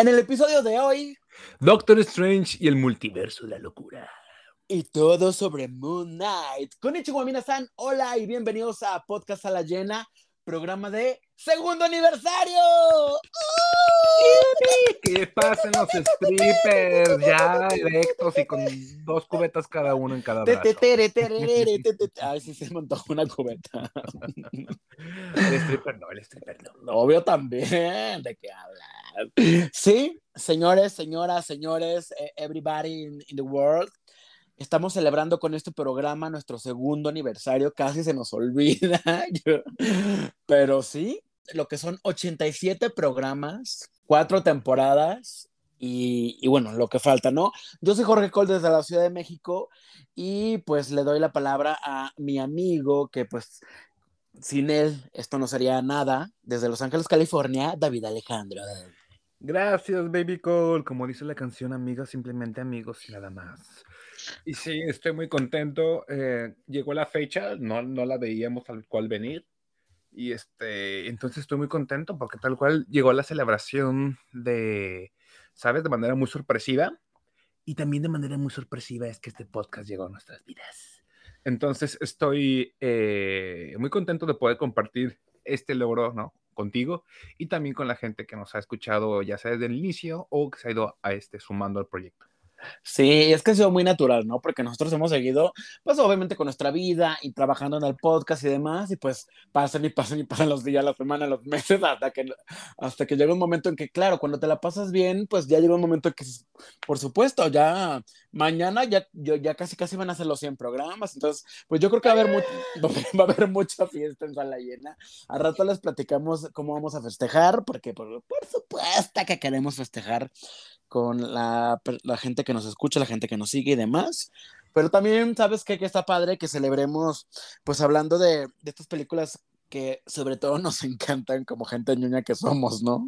En el episodio de hoy, Doctor Strange y el multiverso de la locura. y todo sobre Moon Knight. Konnichiwa minasan, hola y bienvenidos a Podcast a la Llena, programa de segundo aniversario. Que pasen los strippers ya erectos y con 2 cubetas cada uno en cada brazo. Ay, sí se montó una cubeta. El stripper no. Obvio también, ¿de qué hablas? Sí, señores, señoras, señores, everybody in the world. Estamos celebrando con este programa nuestro segundo aniversario, casi se nos olvida. Pero sí, lo que son 87 programas, 4 temporadas y bueno, lo que falta, ¿no? Yo soy Jorge Col desde la Ciudad de México y pues le doy la palabra a mi amigo que pues sin él esto no sería nada, desde Los Ángeles, California, David Alejandro. Gracias, baby Cole. Como dice la canción, amigos, simplemente amigos y nada más. Y sí, estoy muy contento. Llegó la fecha, no la veíamos tal cual venir. Y entonces estoy muy contento porque tal cual llegó la celebración ¿sabes? De manera muy sorpresiva. Y también de manera muy sorpresiva es que este podcast llegó a nuestras vidas. Entonces estoy muy contento de poder compartir este logro, ¿no? Contigo y también con la gente que nos ha escuchado ya sea desde el inicio o que se ha ido sumando al proyecto. Sí, es que ha sido muy natural, ¿no? Porque nosotros hemos seguido, pues obviamente con nuestra vida y trabajando en el podcast y demás, y pues pasan y pasan y pasan los días, las semanas, los meses, hasta que llega un momento en que, claro, cuando te la pasas bien, pues ya llega un momento en que, por supuesto, ya mañana ya casi casi van a ser los 100 programas, entonces, pues yo creo que va a haber mucha fiesta en sala llena. Al rato les platicamos cómo vamos a festejar, porque por supuesto que queremos festejar con la gente que nos escucha, la gente que nos sigue y demás. Pero también, ¿sabes qué? Que está padre que celebremos, pues hablando de estas películas que sobre todo nos encantan como gente ñoña que somos, ¿no?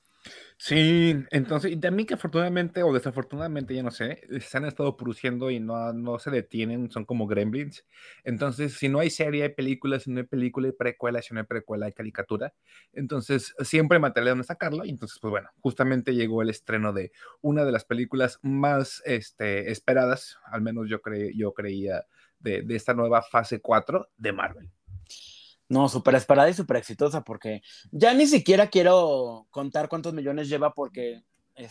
Sí, entonces, y también que afortunadamente o desafortunadamente, ya no sé, se han estado produciendo y no se detienen, son como gremlins. Entonces, si no hay serie, hay película, si no hay película, hay precuela, si no hay precuela, hay caricatura. Entonces, siempre hay material donde sacarlo. Y entonces, pues bueno, justamente llegó el estreno de una de las películas más esperadas, al menos yo creía, de esta nueva fase 4 de Marvel. No, súper esperada y súper exitosa, porque ya ni siquiera quiero contar cuántos millones lleva, porque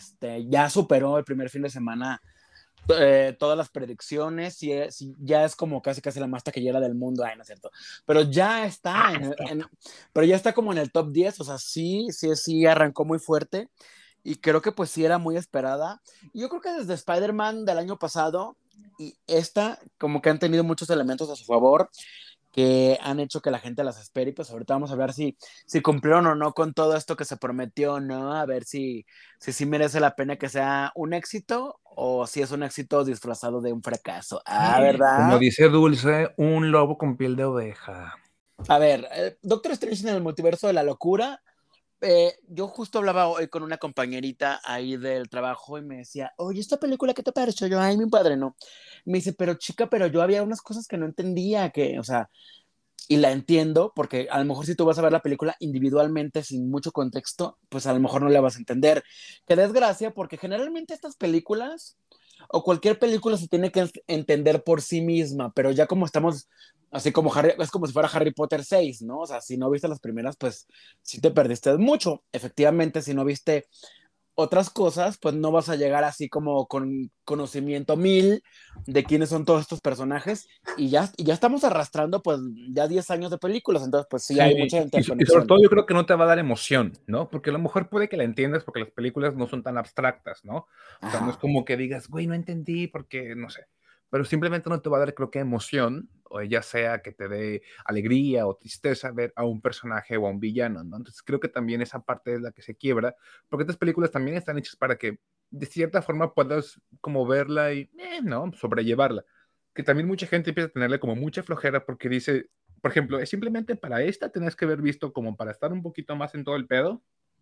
ya superó el primer fin de semana todas las predicciones, ya es como casi casi la más taquillera del mundo, ay, no es cierto, pero ya está pero ya está como en el top 10, o sea, sí, arrancó muy fuerte y creo que pues sí era muy esperada. Y yo creo que desde Spider-Man del año pasado y esta como que han tenido muchos elementos a su favor que han hecho que la gente las espere y pues ahorita vamos a ver si cumplieron o no con todo esto que se prometió, ¿no? A ver si merece la pena que sea un éxito o si es un éxito disfrazado de un fracaso. Ah, Como ¿verdad? dice Dulce, un lobo con piel de oveja. A ver, Doctor Strange en el multiverso de la locura. Yo justo hablaba hoy con una compañerita ahí del trabajo y me decía, oye, ¿esta película qué te pareció? Yo, ay, mi padre, no. Me dice, pero chica, pero yo había unas cosas que no entendía, que, o sea, y la entiendo, porque a lo mejor si tú vas a ver la película individualmente sin mucho contexto, pues a lo mejor no la vas a entender. Qué desgracia, porque generalmente estas películas o cualquier película se tiene que entender por sí misma, pero ya como estamos, así como es como si fuera Harry Potter 6, ¿no? O sea, si no viste las primeras, pues sí te perdiste mucho. Efectivamente, si no viste otras cosas, pues no vas a llegar así como con conocimiento mil de quiénes son todos estos personajes y ya estamos arrastrando pues ya 10 años de películas, entonces pues sí Sí, hay mucha y sobre interconexión. todo yo creo que no te va a dar emoción, ¿no? Porque a lo mejor puede que la entiendas porque las películas no son tan abstractas, ¿no? O sea, no es Ajá. como que digas, güey, no entendí porque, no sé, pero simplemente no te va a dar, creo que emoción, o ya sea que te dé alegría o tristeza ver a un personaje o a un villano, ¿no? Entonces creo que también esa parte es la que se quiebra, porque estas películas también están hechas para que de cierta forma puedas como verla y, ¿no? Sobrellevarla. Que también mucha gente empieza a tenerle como mucha flojera porque dice, por ejemplo, es simplemente para esta tenés que haber visto como para estar un poquito más en todo el pedo,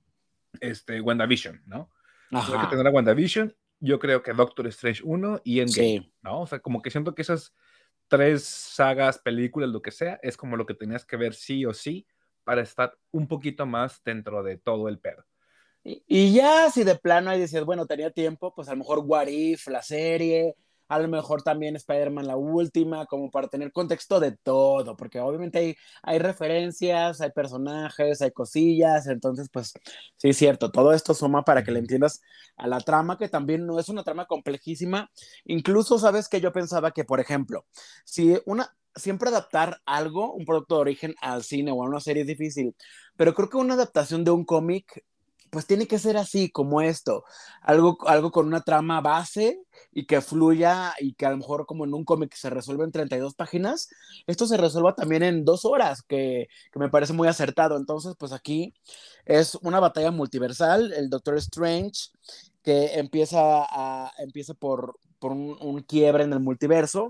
WandaVision, ¿no? Tienes que Ajá. tener a WandaVision, yo creo que Doctor Strange 1 y Endgame, Sí. ¿no? O sea, como que siento que esas 3 sagas, películas, lo que sea, es como lo que tenías que ver sí o sí para estar un poquito más dentro de todo el pedo. Y ya si de plano ahí decías, bueno, tenía tiempo, pues a lo mejor What If, la serie, a lo mejor también Spider-Man la última, como para tener contexto de todo, porque obviamente hay referencias, hay personajes, hay cosillas, entonces pues sí es cierto, todo esto suma para que le Ujú. entiendas a la trama, que también no es una trama complejísima. Incluso sabes que yo pensaba que, por ejemplo, si siempre adaptar algo, un producto de origen al cine o a una serie es difícil, pero creo que una adaptación de un cómic pues tiene que ser así, como esto, algo con una trama base y que fluya y que a lo mejor como en un cómic se resuelve en 32 páginas, esto se resuelva también en 2 horas, que me parece muy acertado. Entonces, pues aquí es una batalla multiversal, el Doctor Strange, que empieza por un quiebre en el multiverso,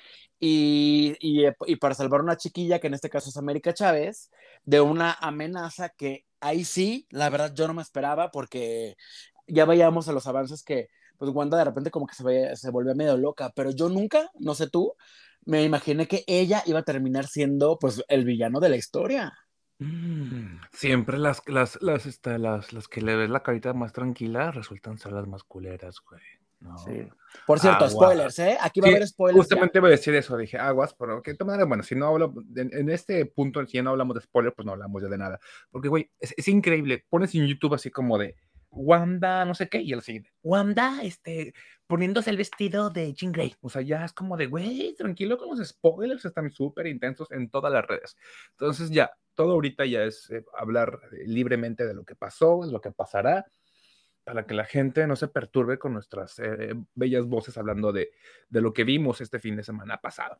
y para salvar a una chiquilla, que en este caso es América Chávez, de una amenaza que ahí sí, la verdad yo no me esperaba, porque ya veíamos a los avances que pues Wanda de repente como que se volvió medio loca, pero yo nunca, no sé tú, me imaginé que ella iba a terminar siendo pues el villano de la historia. Siempre las que le ves la carita más tranquila resultan ser las más culeras, güey, ¿no? Sí. Por cierto, Aguas. spoilers, ¿eh? Aquí va a Sí, haber spoilers ya. justamente iba a decir eso, dije aguas, pero que de todas maneras, bueno, si no hablo, en este punto, si ya no hablamos de spoiler, pues no hablamos ya de nada. Porque, güey, es increíble. Pones en YouTube así como de Wanda, no sé qué, y el siguiente, Wanda, poniéndose el vestido de Jean Grey. O sea, ya es como de, güey, tranquilo con los spoilers, están súper intensos en todas las redes. Entonces, ya, todo ahorita ya es hablar libremente de lo que pasó, de lo que pasará, para que la gente no se perturbe con nuestras bellas voces hablando de lo que vimos este fin de semana pasado.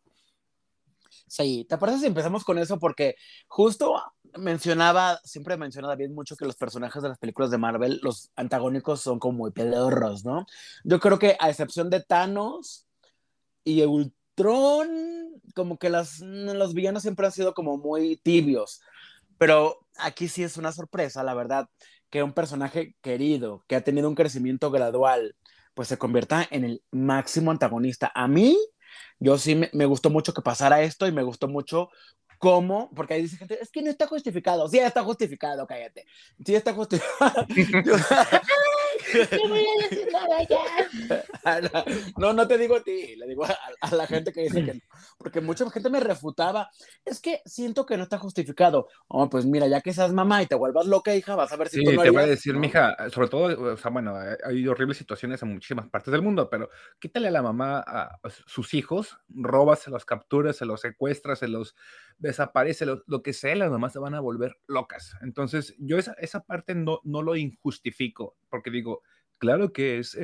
Sí, ¿te parece si empezamos con eso? Porque justo siempre menciona David mucho que los personajes de las películas de Marvel, los antagónicos son como muy pedorros, ¿no? Yo creo que a excepción de Thanos y Ultron, como que los villanos siempre han sido como muy tibios, pero aquí sí es una sorpresa, la verdad, que un personaje querido, que ha tenido un crecimiento gradual, pues se convierta en el máximo antagonista. A mí, yo sí me gustó mucho que pasara esto, y me gustó mucho cómo, porque ahí dice gente, es que no está justificado. Sí, está justificado, cállate. Sí, está justificado. Yo, No voy a decir nada ya. no, no te digo a ti, le digo a la gente que dice que no, porque mucha gente me refutaba, es que siento que no está justificado. Oh, pues mira, ya que seas mamá y te vuelvas loca, hija, vas a ver si tú Sí, no te voy a harías, decir, ¿no? mija, sobre todo, o sea, bueno, hay horribles situaciones en muchísimas partes del mundo, pero quítale a la mamá a sus hijos, robas, se los capturas, se los secuestras, se los desaparece, lo que sea, las mamás se van a volver locas. Entonces, yo esa parte no lo injustifico, porque digo, claro que es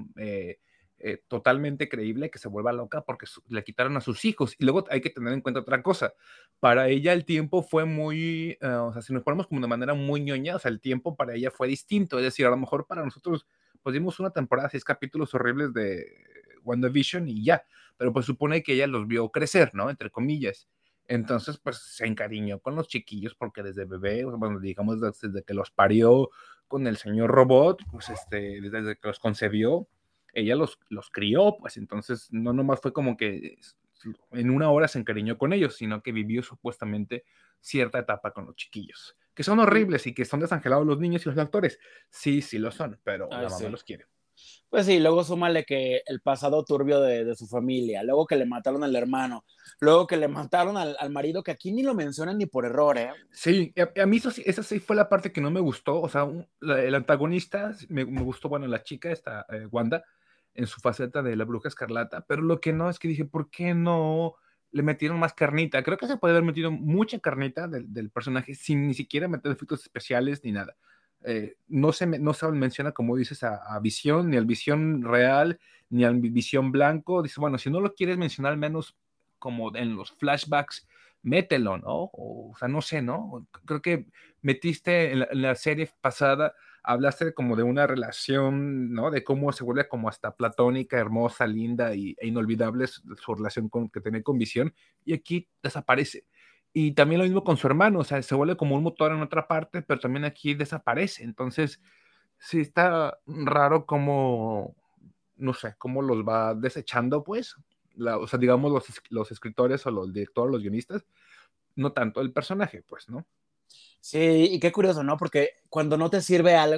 totalmente creíble que se vuelva loca porque le quitaron a sus hijos. Y luego hay que tener en cuenta otra cosa, para ella el tiempo fue muy, o sea, si nos ponemos como de manera muy ñoña, o sea, el tiempo para ella fue distinto, es decir, a lo mejor para nosotros, pues vimos una temporada, 6 capítulos horribles de WandaVision y ya, pero pues supone que ella los vio crecer, ¿no? Entre comillas. Entonces, pues se encariñó con los chiquillos porque desde bebé, o sea, bueno, digamos, desde que los parió con el señor robot, pues desde que los concebió, ella los crió, pues entonces no nomás fue como que en una hora se encariñó con ellos, sino que vivió supuestamente cierta etapa con los chiquillos, que son Sí. horribles y que son desangelados los niños y los actores. Sí, sí lo son, pero Ay, la mamá sí. los quiere. Pues sí, luego súmale que el pasado turbio de su familia, luego que le mataron al hermano, luego que le mataron al marido, que aquí ni lo mencionan ni por error, ¿eh? Sí, a mí esa sí fue la parte que no me gustó, o sea, el antagonista me gustó, bueno, la chica, esta Wanda, en su faceta de la bruja escarlata, pero lo que no es que dije, ¿por qué no le metieron más carnita? Creo que se puede haber metido mucha carnita del personaje sin ni siquiera meter efectos especiales ni nada. No se menciona, como dices, a Visión, ni al Visión real, ni al Visión blanco. Dice, bueno, si no lo quieres mencionar, al menos como en los flashbacks, mételo, ¿no? O sea, no sé, ¿no? Creo que metiste en la serie pasada, hablaste como de una relación, ¿no? De cómo se vuelve como hasta platónica, hermosa, linda e inolvidable su relación que tenía con Visión, y aquí desaparece. Y también lo mismo con su hermano, o sea, se vuelve como un motor en otra parte, pero también aquí desaparece. Entonces, sí está raro cómo, no sé, cómo los va desechando, pues. O sea, digamos, los escritores o los directores, los guionistas, no tanto el personaje, pues, ¿no? Sí, y qué curioso, ¿no? Porque cuando no te sirve algo,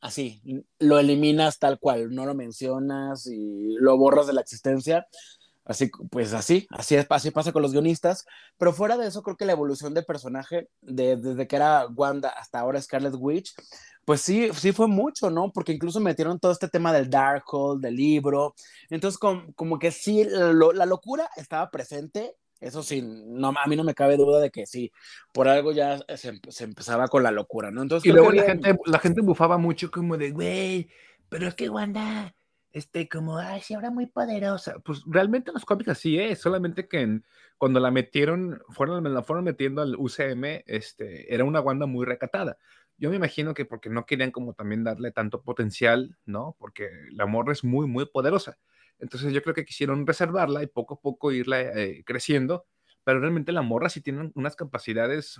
así, lo eliminas tal cual, no lo mencionas y lo borras de la existencia. Así, pues así pasa con los guionistas, pero fuera de eso creo que la evolución del personaje, desde que era Wanda hasta ahora Scarlet Witch, pues sí fue mucho, ¿no? Porque incluso metieron todo este tema del Darkhold, del libro, entonces como que sí, la locura estaba presente, eso sí, no, a mí no me cabe duda de que sí, por algo ya se empezaba con la locura, ¿no? Entonces Y creo luego que la gente bufaba mucho como de, güey, pero es que Wanda, como, ay, sí, ahora muy poderosa. Pues realmente en los cómics así es, solamente que cuando la metieron, la fueron metiendo al UCM, era una Wanda muy recatada. Yo me imagino que porque no querían como también darle tanto potencial, ¿no? Porque la morra es muy, muy poderosa. Entonces yo creo que quisieron reservarla y poco a poco irla creciendo, pero realmente la morra sí tiene unas capacidades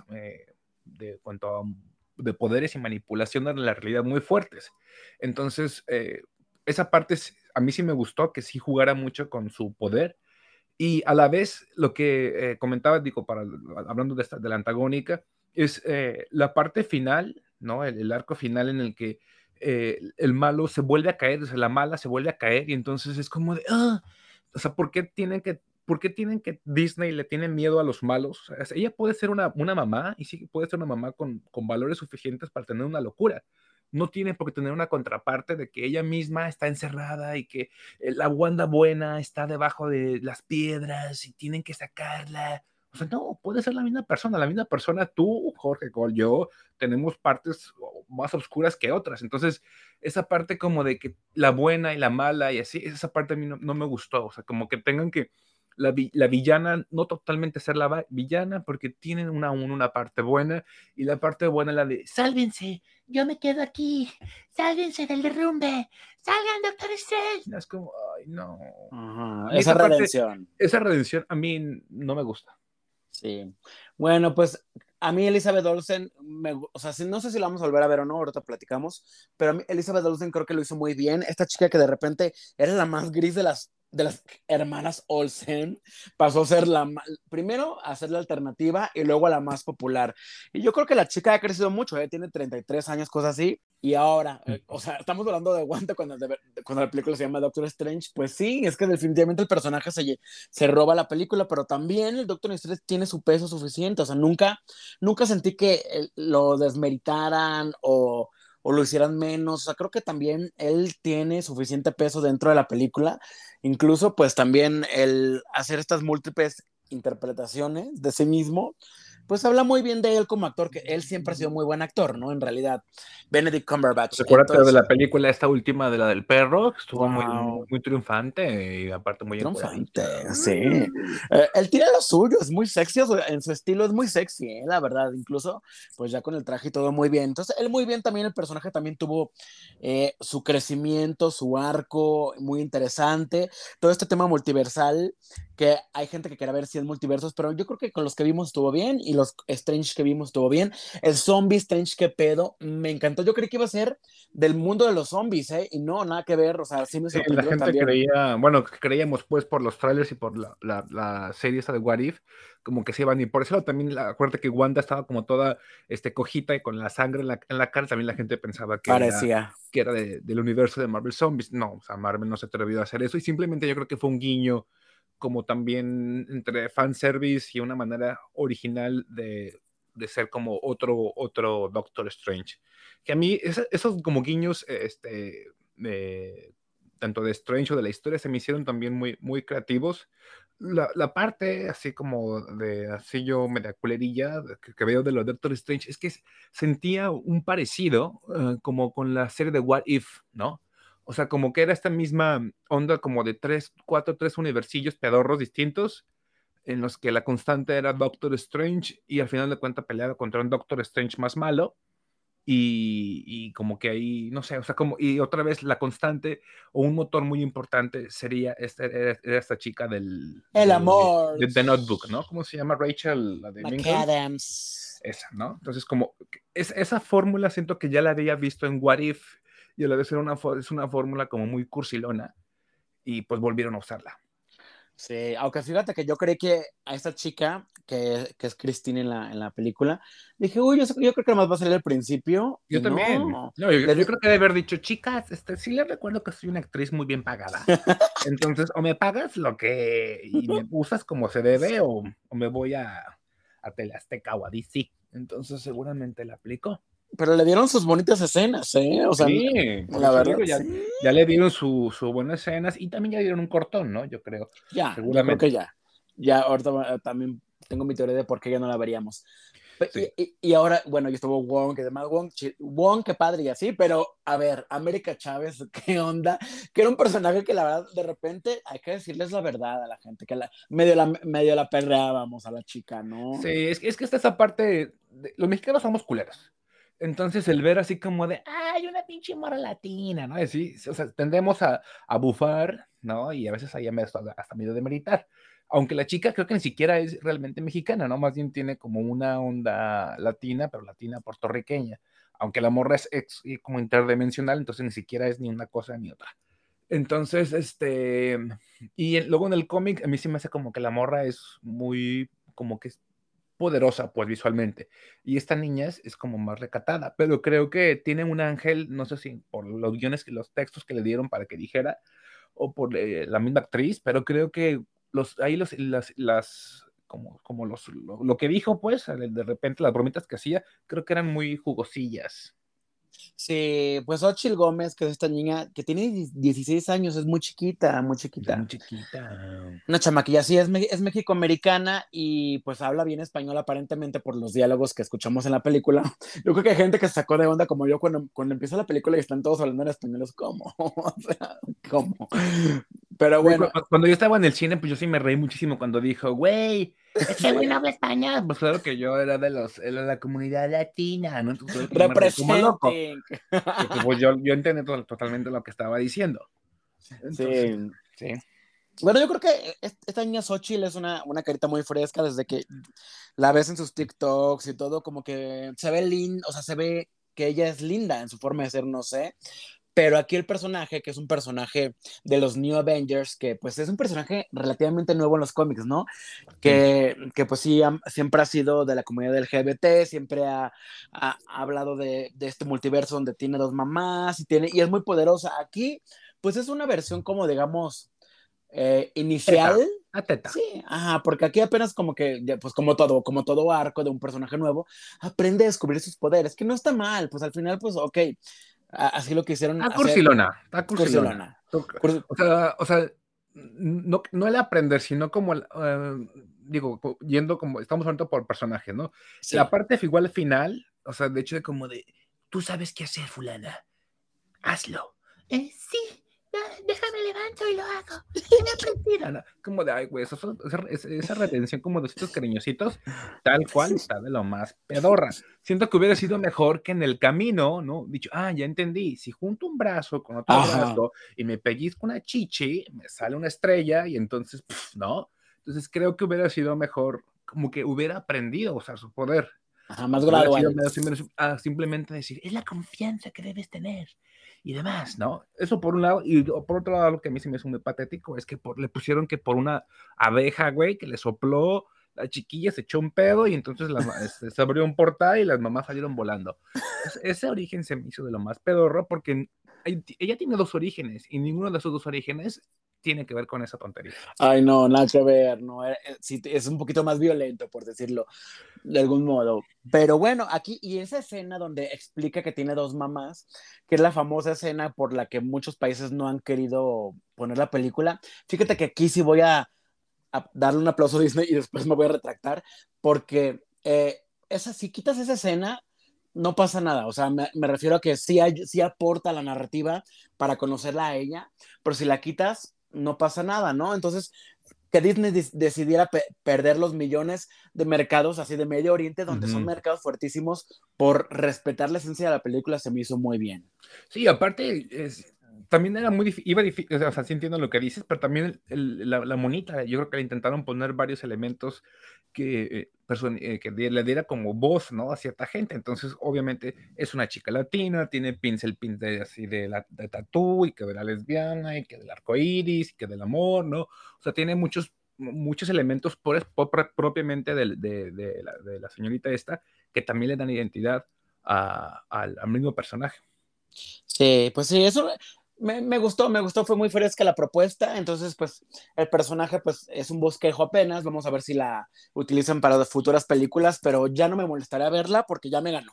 de cuanto a de poderes y manipulación de la realidad muy fuertes. Entonces, esa parte a mí sí me gustó, que sí jugara mucho con su poder. Y a la vez, lo que comentaba, digo, hablando de la antagónica, es la parte final, ¿no? El arco final en el que el malo se vuelve a caer, o sea, la mala se vuelve a caer, y entonces es como de, o sea, ¿por qué tienen que Disney le tiene miedo a los malos? O sea, ella puede ser una mamá, y sí puede ser una mamá con valores suficientes para tener una locura. No tiene por qué tener una contraparte de que ella misma está encerrada y que la Wanda buena está debajo de las piedras y tienen que sacarla. O sea, no, puede ser la misma persona, tú, Jorge Cole, yo, tenemos partes más oscuras que otras. Entonces, esa parte como de que la buena y la mala y así, esa parte a mí no me gustó. O sea, como que tengan que la villana, no totalmente ser la villana, porque tienen una parte buena, y la parte buena es la de Sálvense, yo me quedo aquí. Sálvense del derrumbe. Salgan, Doctor Strange. es como, ay, no. ajá, A mí esa redención. esa redención a mí no me gusta. Sí. Bueno, pues a mí Elizabeth Olsen, o sea, no sé si la vamos a volver a ver o no, ahorita platicamos, pero a mí Elizabeth Olsen creo que lo hizo muy bien. Esta chica que de repente era la más gris de las hermanas Olsen, pasó a ser primero a ser la alternativa y luego a la más popular. Y yo creo que la chica ha crecido mucho, tiene 33 años, cosas así. Y ahora, o sea, estamos hablando de Wanda cuando la película se llama Doctor Strange, pues sí, es que definitivamente el personaje se roba la película, pero también el Doctor Strange tiene su peso suficiente, o sea, nunca sentí que lo desmeritaran o lo hicieran menos, o sea, creo que también él tiene suficiente peso dentro de la película, incluso pues también el hacer estas múltiples interpretaciones de sí mismo, pues habla muy bien de él como actor, que él siempre ha sido muy buen actor, ¿no? En realidad, Benedict Cumberbatch. Recuérdate de Entonces, la película esta última de la del perro, que estuvo muy, muy, wow, muy triunfante y aparte muy triunfante, encueradita. sí. Él tiene lo suyo, es muy sexy, en su estilo es muy sexy, la verdad. Incluso, pues ya con el traje y todo muy bien. Entonces, él muy bien también, el personaje también tuvo su crecimiento, su arco muy interesante. Todo este tema multiversal, que hay gente que quiere ver si es multiversos, pero yo creo que con los que vimos estuvo bien y los Strange que vimos estuvo bien. El zombie Strange, qué pedo, me encantó. Yo creí que iba a ser del mundo de los zombies, y no, nada que ver, o sea, sí me Sí, la sorprendieron gente también. creía, bueno, creíamos pues por los trailers y por la serie esa de What If, como que se iban, y por eso también, acuérdate que Wanda estaba como toda cojita y con la sangre en la cara, también la gente pensaba Parecía. que era del universo de Marvel Zombies. No, o sea, Marvel no se atrevió a hacer eso, y simplemente yo creo que fue un guiño como también entre fanservice y una manera original de ser como otro Doctor Strange. Que a mí esos como guiños, tanto de Strange o de la historia, se me hicieron también muy, muy creativos. La parte así como de así yo media culerilla que veo de los Doctor Strange es que sentía un parecido como con la serie de What If, ¿no? O sea, como que era esta misma onda como de tres universillos pedorros distintos en los que la constante era Doctor Strange y al final de cuentas peleaba contra un Doctor Strange más malo y como que ahí, no sé, o sea, como, y otra vez la constante o un motor muy importante sería era esta chica El amor. de The Notebook, ¿no? ¿Cómo se llama? Rachel, la de Mean Girls. McAdams. Esa, ¿no? Entonces, como esa fórmula siento que ya la había visto en What If y a la vez es una fórmula como muy cursilona y pues volvieron a usarla. Sí, aunque fíjate que yo creí que a esta chica, que es Christine en la película, dije, uy, yo creo que más va a salir al principio, Yo y también. no. No, yo, Le yo di- creo que debe haber dicho, chicas, sí les recuerdo que soy una actriz muy bien pagada. Entonces, o me pagas lo que y me usas como se debe, o me voy a Tele Azteca o a DC. Entonces, seguramente la aplicó. Pero le dieron sus bonitas escenas, ¿eh? O sea, Sí, por la eso verdad, digo, ya, sí. ya le dieron su buenas escenas y también ya dieron un cortón, ¿no? Yo creo, Ya, yo creo que seguramente. ya. Ya, ahorita también tengo mi teoría de por qué ya no la veríamos. Sí. Y ahora, bueno, ya estuvo Wong, que demás Wong, Wong, qué padre y así, pero a ver, América Chávez, ¿qué onda? Que era un personaje que la verdad, de repente, hay que decirles la verdad a la gente, que medio la perreábamos a la chica, Sí, ¿no? es que está esa parte, los mexicanos somos culeros. Entonces el ver así como de, ay, una pinche mora latina, ¿no? Así, o sea, tendemos a bufar, ¿no? Y a veces ahí hasta medio de meditar. Aunque la chica creo que ni siquiera es realmente mexicana, ¿no? Más bien tiene como una onda latina, pero latina puertorriqueña. Aunque la morra es como interdimensional, entonces ni siquiera es ni una cosa ni otra. Entonces, y luego en el cómic, a mí sí me hace como que la morra es muy, como que es poderosa, pues visualmente. Y esta niña es como más recatada, pero creo que tiene un ángel, no sé si por los guiones, los textos que le dieron para que dijera, o por la misma actriz, pero creo que ahí como lo que dijo, pues, de repente las bromitas que hacía, creo que eran muy jugosillas. Sí, pues Ochil Gómez, que es esta niña que tiene 16 años, es muy chiquita, muy Es muy chiquita. chiquita. Una chamaquilla, sí, es mexicoamericana y pues habla bien español aparentemente por los diálogos que escuchamos en la película. Yo creo que hay gente que se sacó de onda como yo cuando empieza la película y están todos hablando en español, es como, o sea, ¿cómo? Pero bueno, Cuando yo estaba en el cine, pues yo sí me reí muchísimo cuando dijo, güey, este güey no habla español. Pues claro que yo era era de la comunidad latina, ¿no? Entonces claro que yo me reí como loco, representing. porque pues yo entendí totalmente lo que estaba diciendo. Entonces, Sí. sí. Bueno, yo creo que esta niña Xochitl es una carita muy fresca desde que la ves en sus TikToks y todo, como que se ve linda, o sea, se ve que ella es linda en su forma de ser, no sé. Pero aquí el personaje, que es un personaje de los New Avengers, que pues es un personaje relativamente nuevo en los cómics, ¿no? Sí. Que pues sí, siempre ha sido de la comunidad LGBT, siempre ha hablado de este multiverso donde tiene dos mamás y es muy poderosa. Aquí, pues es una versión como, digamos, Teta, inicial. a teta. Sí, ajá, porque aquí apenas como que, pues como todo arco de un personaje nuevo, aprende a descubrir sus poderes, que no está mal, pues al final, pues ok, así lo quisieron Está hacer cursilona, está cursilona. Cursilona. O sea, no el aprender, sino como, digo, yendo como, estamos hablando por personajes, ¿no? La Sí. parte igual final, o sea, de hecho de como de, tú sabes qué hacer, fulana, hazlo. Sí, déjame levanto y lo hago. Se me ha aprendido. Ana, como de, ay, güey, esa retención como de estos cariñositos, tal cual está de lo más pedorra. Siento que hubiera sido mejor que en el camino, ¿no? Dicho, ya entendí, si junto un brazo con otro Ajá. brazo y me pellizco una chichi, me sale una estrella y entonces, ¿no? Entonces creo que hubiera sido mejor, como que hubiera aprendido a usar su poder. Ajá, más Hubiera sido gradual. menos, simplemente decir, es la confianza que debes tener y demás, ¿no? Eso por un lado, y por otro lado, lo que a mí sí me hizo muy patético es que le pusieron que por una abeja, güey, que le sopló, la chiquilla se echó un pedo y entonces se abrió un portal y las mamás salieron volando. Ese origen se me hizo de lo más pedorro porque ella tiene dos orígenes y ninguno de esos dos orígenes tiene que ver con esa tontería. Ay, no, nada que ver, no, sí, es un poquito más violento, por decirlo de algún modo. Pero bueno, aquí, y esa escena donde explica que tiene dos mamás, que es la famosa escena por la que muchos países no han querido poner la película, fíjate que aquí sí voy a darle un aplauso a Disney y después me voy a retractar, porque si quitas esa escena, no pasa nada. O sea, me refiero a que sí aporta la narrativa para conocerla a ella, pero si la quitas, no pasa nada, ¿no? Entonces, que Disney decidiera perder los millones de mercados así de Medio Oriente, donde son Ujú. mercados fuertísimos, por respetar la esencia de la película, se me hizo muy bien. Sí, aparte, también era muy difícil, o sea, sí entiendo lo que dices, pero también la monita, yo creo que le intentaron poner varios elementos que le diera como voz, ¿no? A cierta gente. Entonces, obviamente, es una chica latina, tiene pin así de tatú, y que de la lesbiana, y que del arco iris, y que del amor, ¿no? O sea, tiene muchos elementos propiamente de la señorita esta, que también le dan identidad al mismo personaje. Sí, pues sí, eso me gustó, fue muy fresca la propuesta, entonces pues el personaje pues es un bosquejo apenas, vamos a ver si la utilizan para futuras películas, pero ya no me molestaría verla porque ya me ganó.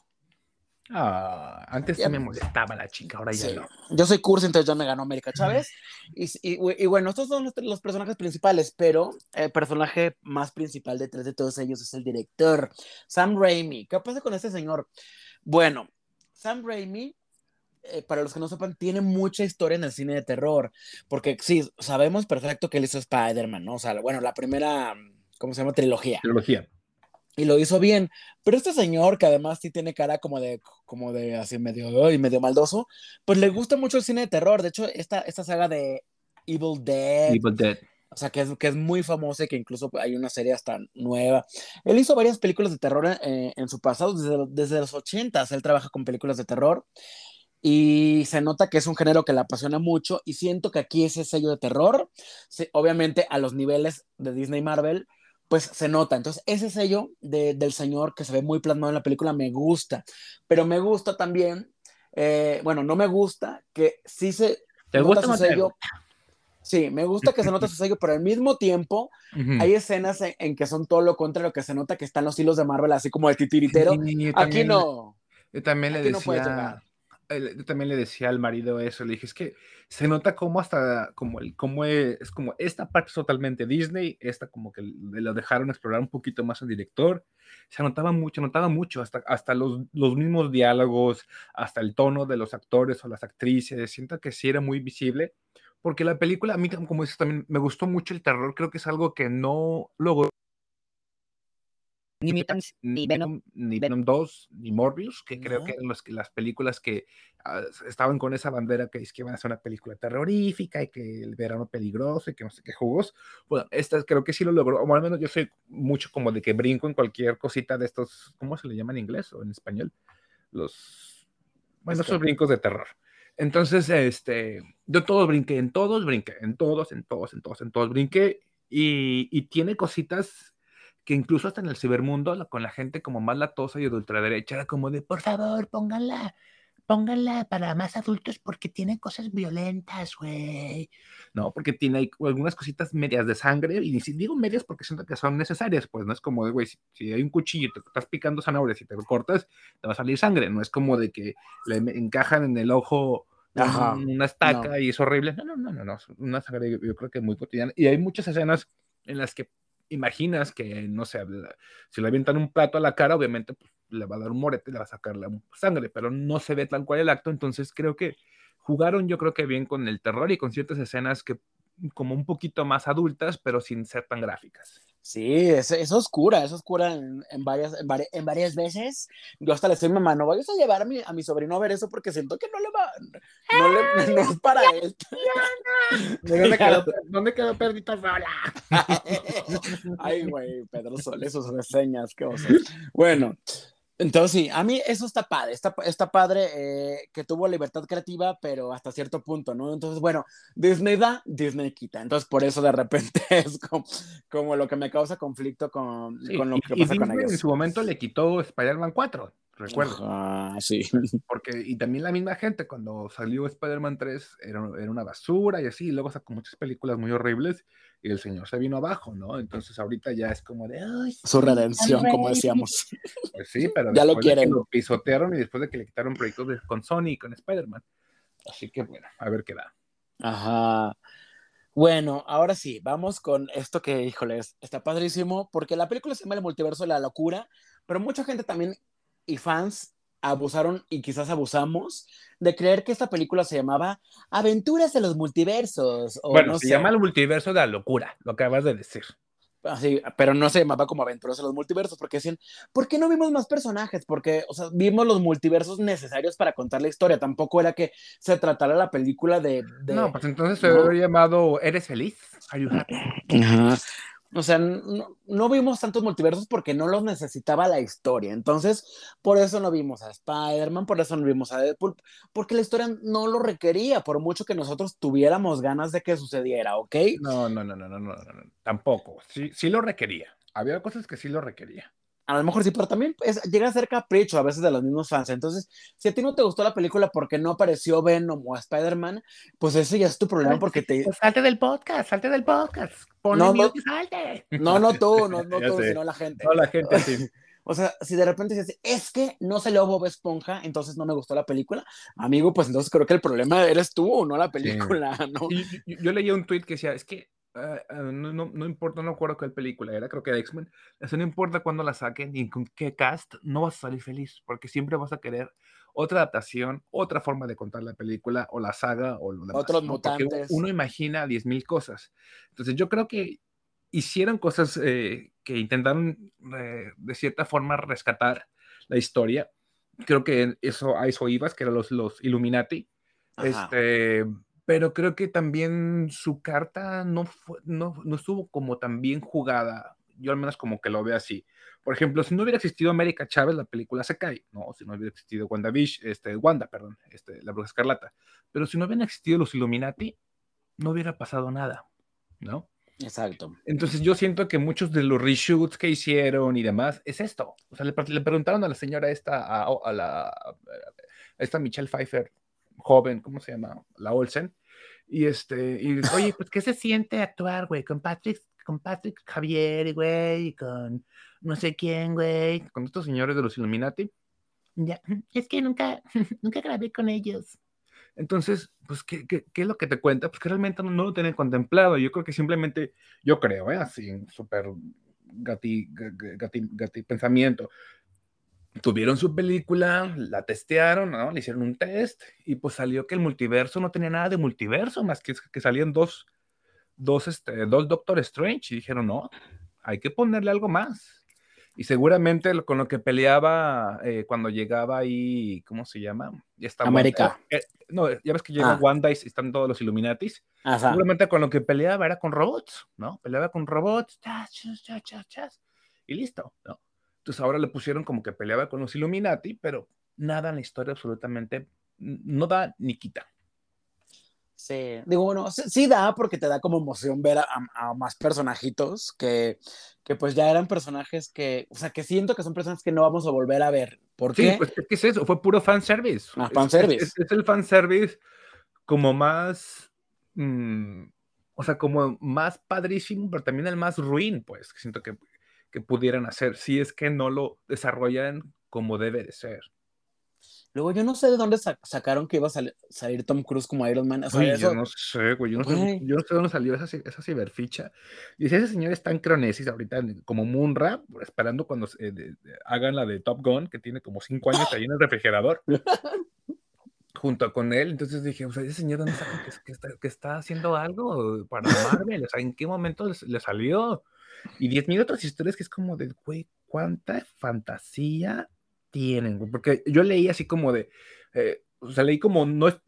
Antes sí Ya, me molestaba la chica, ahora ya sí, no. yo soy cursi, entonces ya me ganó América Chávez, y bueno, estos son los personajes principales, pero el personaje más principal detrás de todos ellos es el director, Sam Raimi. ¿Qué pasa con este señor? Bueno, Sam Raimi, para los que no sepan, tiene mucha historia en el cine de terror, porque sí, sabemos perfecto que él hizo Spider-Man, ¿no? O sea, bueno, la primera, ¿cómo se llama? Trilogía. Trilogía. Y lo hizo bien, pero este señor, que además sí tiene cara como de así medio, y medio maldoso, pues le gusta mucho el cine de terror. De hecho, esta saga de Evil Dead, Evil Dead. o sea, que es muy famosa y que incluso hay una serie hasta nueva. Él hizo varias películas de terror en su pasado, desde los 80s. Él trabaja con películas de terror y se nota que es un género que le apasiona mucho, y siento que aquí ese sello de terror, obviamente a los niveles de Disney y Marvel, pues se nota. Entonces ese sello del señor que se ve muy plasmado en la película me gusta, pero me gusta también, bueno, no me gusta que sí se ¿Te nota gusta o su no te sello. gusta? Sí, me gusta que se nota su sello, pero al mismo tiempo hay escenas en que son todo lo contrario, que se nota que están los hilos de Marvel así como el titiritero. Sí, Aquí no, yo también le aquí no puedes llegar. decía, yo también le decía al marido eso, le dije, es que se nota como hasta, es como esta parte es totalmente Disney, esta como que lo dejaron explorar un poquito más al director, se notaba mucho, hasta los mismos diálogos, hasta el tono de los actores o las actrices, siento que sí era muy visible, porque la película, a mí, como dices, también me gustó mucho el terror, creo que es algo que no logró ni Mutants, ni Venom 2, ni Morbius, que creo que No. eran las películas que estaban con esa bandera que es que iban a ser una película terrorífica y que el verano peligroso y que no sé qué jugos. Bueno, esta creo que sí lo logró, o al menos yo soy mucho como de que brinco en cualquier cosita de estos, ¿cómo se le llama en inglés o en español? Bueno, esos brincos de terror. Entonces, yo todos brinqué, en todos brinqué, y tiene cositas que incluso hasta en el cibermundo, con la gente como más latosa y de ultraderecha, era como de, por favor, pónganla para más adultos porque tiene cosas violentas, güey. No, porque tiene algunas cositas medias de sangre, y si digo medias porque siento que son necesarias, pues no es como de, güey, si hay un cuchillo y te estás picando zanahorias y te lo cortas, te va a salir sangre, no es como de que le encajan en el ojo una estaca no. y es horrible. No, una sangre yo creo que es muy cotidiana, y hay muchas escenas en las que imaginas que, no sé, si le avientan un plato a la cara, obviamente pues, le va a dar un morete, le va a sacar la sangre, pero no se ve tal cual el acto, entonces creo que jugaron yo creo que bien con el terror y con ciertas escenas que como un poquito más adultas, pero sin ser tan gráficas. Sí, es oscura, en varias veces. Yo hasta le estoy mamando, vayas a llevar a mi sobrino a ver eso porque siento que no le va, no es para él. ¿Dónde quedó Pedrito Sola? Ay, güey, Pedro Sol, sus reseñas, qué oso. Bueno, entonces sí, a mí eso está padre, que tuvo libertad creativa, pero hasta cierto punto, ¿no? Entonces, bueno, Disney da, Disney quita. Entonces, por eso de repente es como lo que me causa conflicto Sí, con lo que y pasa con Disney en ellos. su momento le quitó Spider-Man 4, recuerdo. Ajá, sí. Y también la misma gente, cuando salió Spider-Man 3, era una basura y así, y luego sacó muchas películas muy horribles, y el señor se vino abajo, ¿no? Entonces ahorita ya es como de, ay, Su sí, redención, como decíamos. pues sí, pero Ya lo después de que quieren. lo pisotearon y después de que le quitaron proyectos con Sony y con Spider-Man. Así que bueno, a ver qué da. Ajá. Bueno, ahora sí, vamos con esto que, híjoles, está padrísimo, porque la película se llama El Multiverso de la Locura, pero mucha gente también y fans abusaron y quizás abusamos de creer que esta película se llamaba Aventuras de los Multiversos, o Bueno, no se llama sé, el multiverso de la locura, lo acabas de decir. así, pero no se llamaba como Aventuras de los Multiversos, porque decían, ¿por qué no vimos más personajes? Porque, o sea, vimos los multiversos necesarios para contar la historia, tampoco era que se tratara la película No, pues entonces se ¿no? hubiera llamado ¿Eres feliz? ¿Are you happy? Ajá. O sea, no vimos tantos multiversos porque no los necesitaba la historia. Entonces, por eso no vimos a Spider-Man, por eso no vimos a Deadpool, porque la historia no lo requería, por mucho que nosotros tuviéramos ganas de que sucediera, ¿ok? No, no, no, no, no, no, no, no, tampoco. Sí, sí lo requería. Había cosas que sí lo requería. A lo mejor sí, pero también llega a ser capricho a veces de los mismos fans. Entonces, si a ti no te gustó la película porque no apareció Venom o Spider-Man, pues ese ya es tu problema porque te... Pues salte del podcast. Ponle No, mute no, y salte. no tú, no Ya tú, sé. sino la gente. No, la gente así. O sea, si de repente dices, es que no salió Bob Esponja, entonces no me gustó la película, amigo, pues entonces creo que el problema eres tú, no la Sí. película, ¿no? Sí, yo leí un tweet que decía, es que no importa, no recuerdo qué película era, creo que era X-Men, eso no importa cuándo la saquen ni con qué cast, no vas a salir feliz, porque siempre vas a querer otra adaptación, otra forma de contar la película o la saga o lo demás, Otros ¿no? Porque mutantes. uno imagina 10,000 cosas. Entonces yo creo que hicieron cosas que intentaron de cierta forma rescatar la historia. Creo que a eso ibas, que eran los Illuminati. Ajá. Este, pero creo que también su carta no estuvo como tan bien jugada. Yo al menos como que lo veo así. Por ejemplo, si no hubiera existido América Chávez, la película se cae, ¿no? Si no hubiera existido Wanda, perdón, la Bruja Escarlata. Pero si no hubieran existido los Illuminati, no hubiera pasado nada, ¿no? Exacto. Entonces yo siento que muchos de los reshoots que hicieron y demás es esto. O sea, le preguntaron a la señora a esta Michelle Pfeiffer, joven, ¿cómo se llama? La Olsen. Y dice, oye, pues, ¿qué se siente actuar, güey? Con Patrick Javier, güey, y con no sé quién, güey, con estos señores de los Illuminati. Ya, es que nunca, nunca grabé con ellos. Entonces, pues, ¿qué es lo que te cuenta? Pues que realmente no lo tienen contemplado. Yo creo que simplemente, yo creo, así, súper gati pensamiento. Tuvieron su película, la testearon, ¿no? Le hicieron un test y pues salió que el multiverso no tenía nada de multiverso, más que salían dos Doctor Strange y dijeron, no, hay que ponerle algo más. Y seguramente con lo que peleaba cuando llegaba ahí, ¿cómo se llama? Ya está Wanda. América. No, ya ves que llega Ah, Wanda y están todos los Illuminatis. ajá. Seguramente con lo que peleaba era con robots, ¿no? Peleaba con robots, chas, chas, chas, chas, chas, y listo, ¿no? Entonces ahora le pusieron como que peleaba con los Illuminati, pero nada en la historia absolutamente no da ni quita. Sí, digo, bueno, sí, sí da porque te da como emoción ver a más personajitos que pues ya eran personajes que, o sea, que siento que son personas que no vamos a volver a ver. ¿Por Sí, qué? pues es que es eso, fue puro fanservice. Ah, fanservice. Es el fanservice como más, o sea, como más padrísimo, pero también el más ruin, pues, que siento que pudieran hacer, si es que no lo desarrollan como debe de ser. Luego yo no sé de dónde sacaron que iba a salir Tom Cruise como Iron Man. O sea, Uy, yo eso, no sé, güey, güey, yo no sé de dónde salió esa ciberficha. Y si ese señor está en Cronesis ahorita, como Munra, esperando cuando hagan la de Top Gun, que tiene como 5 años ahí en el refrigerador, junto con él. Entonces dije, o sea, ese señor, ¿dónde sacan que está haciendo algo para Marvel? O sea, ¿en qué momento le salió? Y 10,000 otras historias que es como de, güey, ¿cuánta fantasía tienen, güey? Porque yo leí así como de, o sea, leí como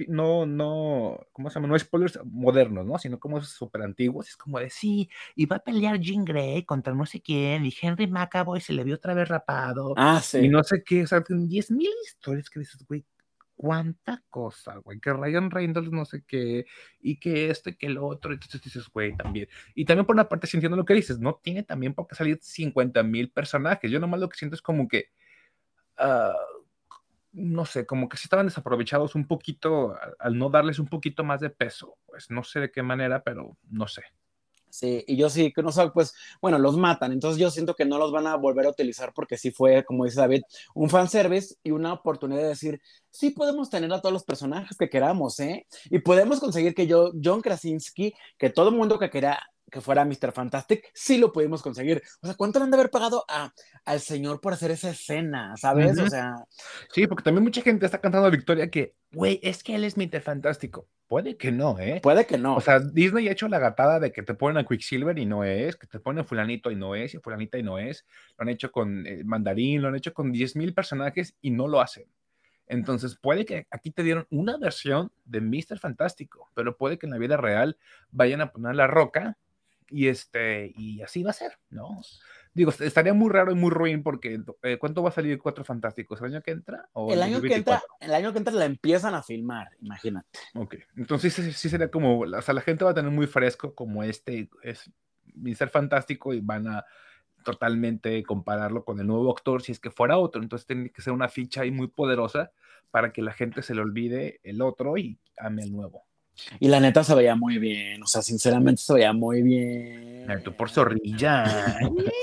¿cómo se llama? No spoilers modernos, ¿no? Sino como súper antiguos. Es como de, sí, Y va a pelear Jean Grey contra no sé quién, y Henry McAvoy se le vio otra vez rapado. ah, y sí. no sé qué, o sea, 10,000 historias que dices, güey, cuánta cosa, güey, que Ryan Reynolds no sé qué, y que esto y que el otro, y entonces dices, güey, también. Y también por una parte sintiendo lo que dices, no tiene también por qué salir 50,000 personajes. Yo nomás lo que siento es como que, ah, no sé, como que sí estaban desaprovechados un poquito al no darles un poquito más de peso. Pues no sé de qué manera, pero no sé. Sí, y yo sí, que no sé, pues, bueno, los matan, entonces yo siento que no los van a volver a utilizar porque sí fue, como dice David, un fanservice y una oportunidad de decir, sí podemos tener a todos los personajes que queramos, ¿eh? Y podemos conseguir que John Krasinski, que todo el mundo que quería que fuera Mr. Fantastic, sí lo pudimos conseguir. O sea, ¿cuánto le han de haber pagado al señor por hacer esa escena, ¿sabes? O Ujú. sea, Sí, porque también mucha gente está cantando a Victoria que, güey, es que él es Mr. Fantástico. Puede que no, ¿eh? puede que O no. sea, Disney ha hecho la gatada de que te ponen a Quicksilver y no es, que te ponen a fulanito y no es, y fulanita y no es. Lo han hecho con Mandarín, lo han hecho con 10,000 personajes y no lo hacen. Entonces, puede que aquí te dieron una versión de Mr. Fantástico, pero puede que en la vida real vayan a poner La Roca y así va a ser, ¿no? Digo, estaría muy raro y muy ruin porque ¿cuánto va a salir Cuatro Fantásticos? ¿El año que entra o el 2024? El año que entra la empiezan a filmar, imagínate. Ok, entonces sí sería como, o sea, la gente va a tener muy fresco como es Mr. Fantástico y van a totalmente compararlo con el nuevo Doctor si es que fuera otro, entonces tiene que ser una ficha ahí muy poderosa para que la gente se le olvide el otro y ame el nuevo. Y la neta se veía muy bien, o sea, sinceramente se veía muy bien. Ay, tú por zorrilla.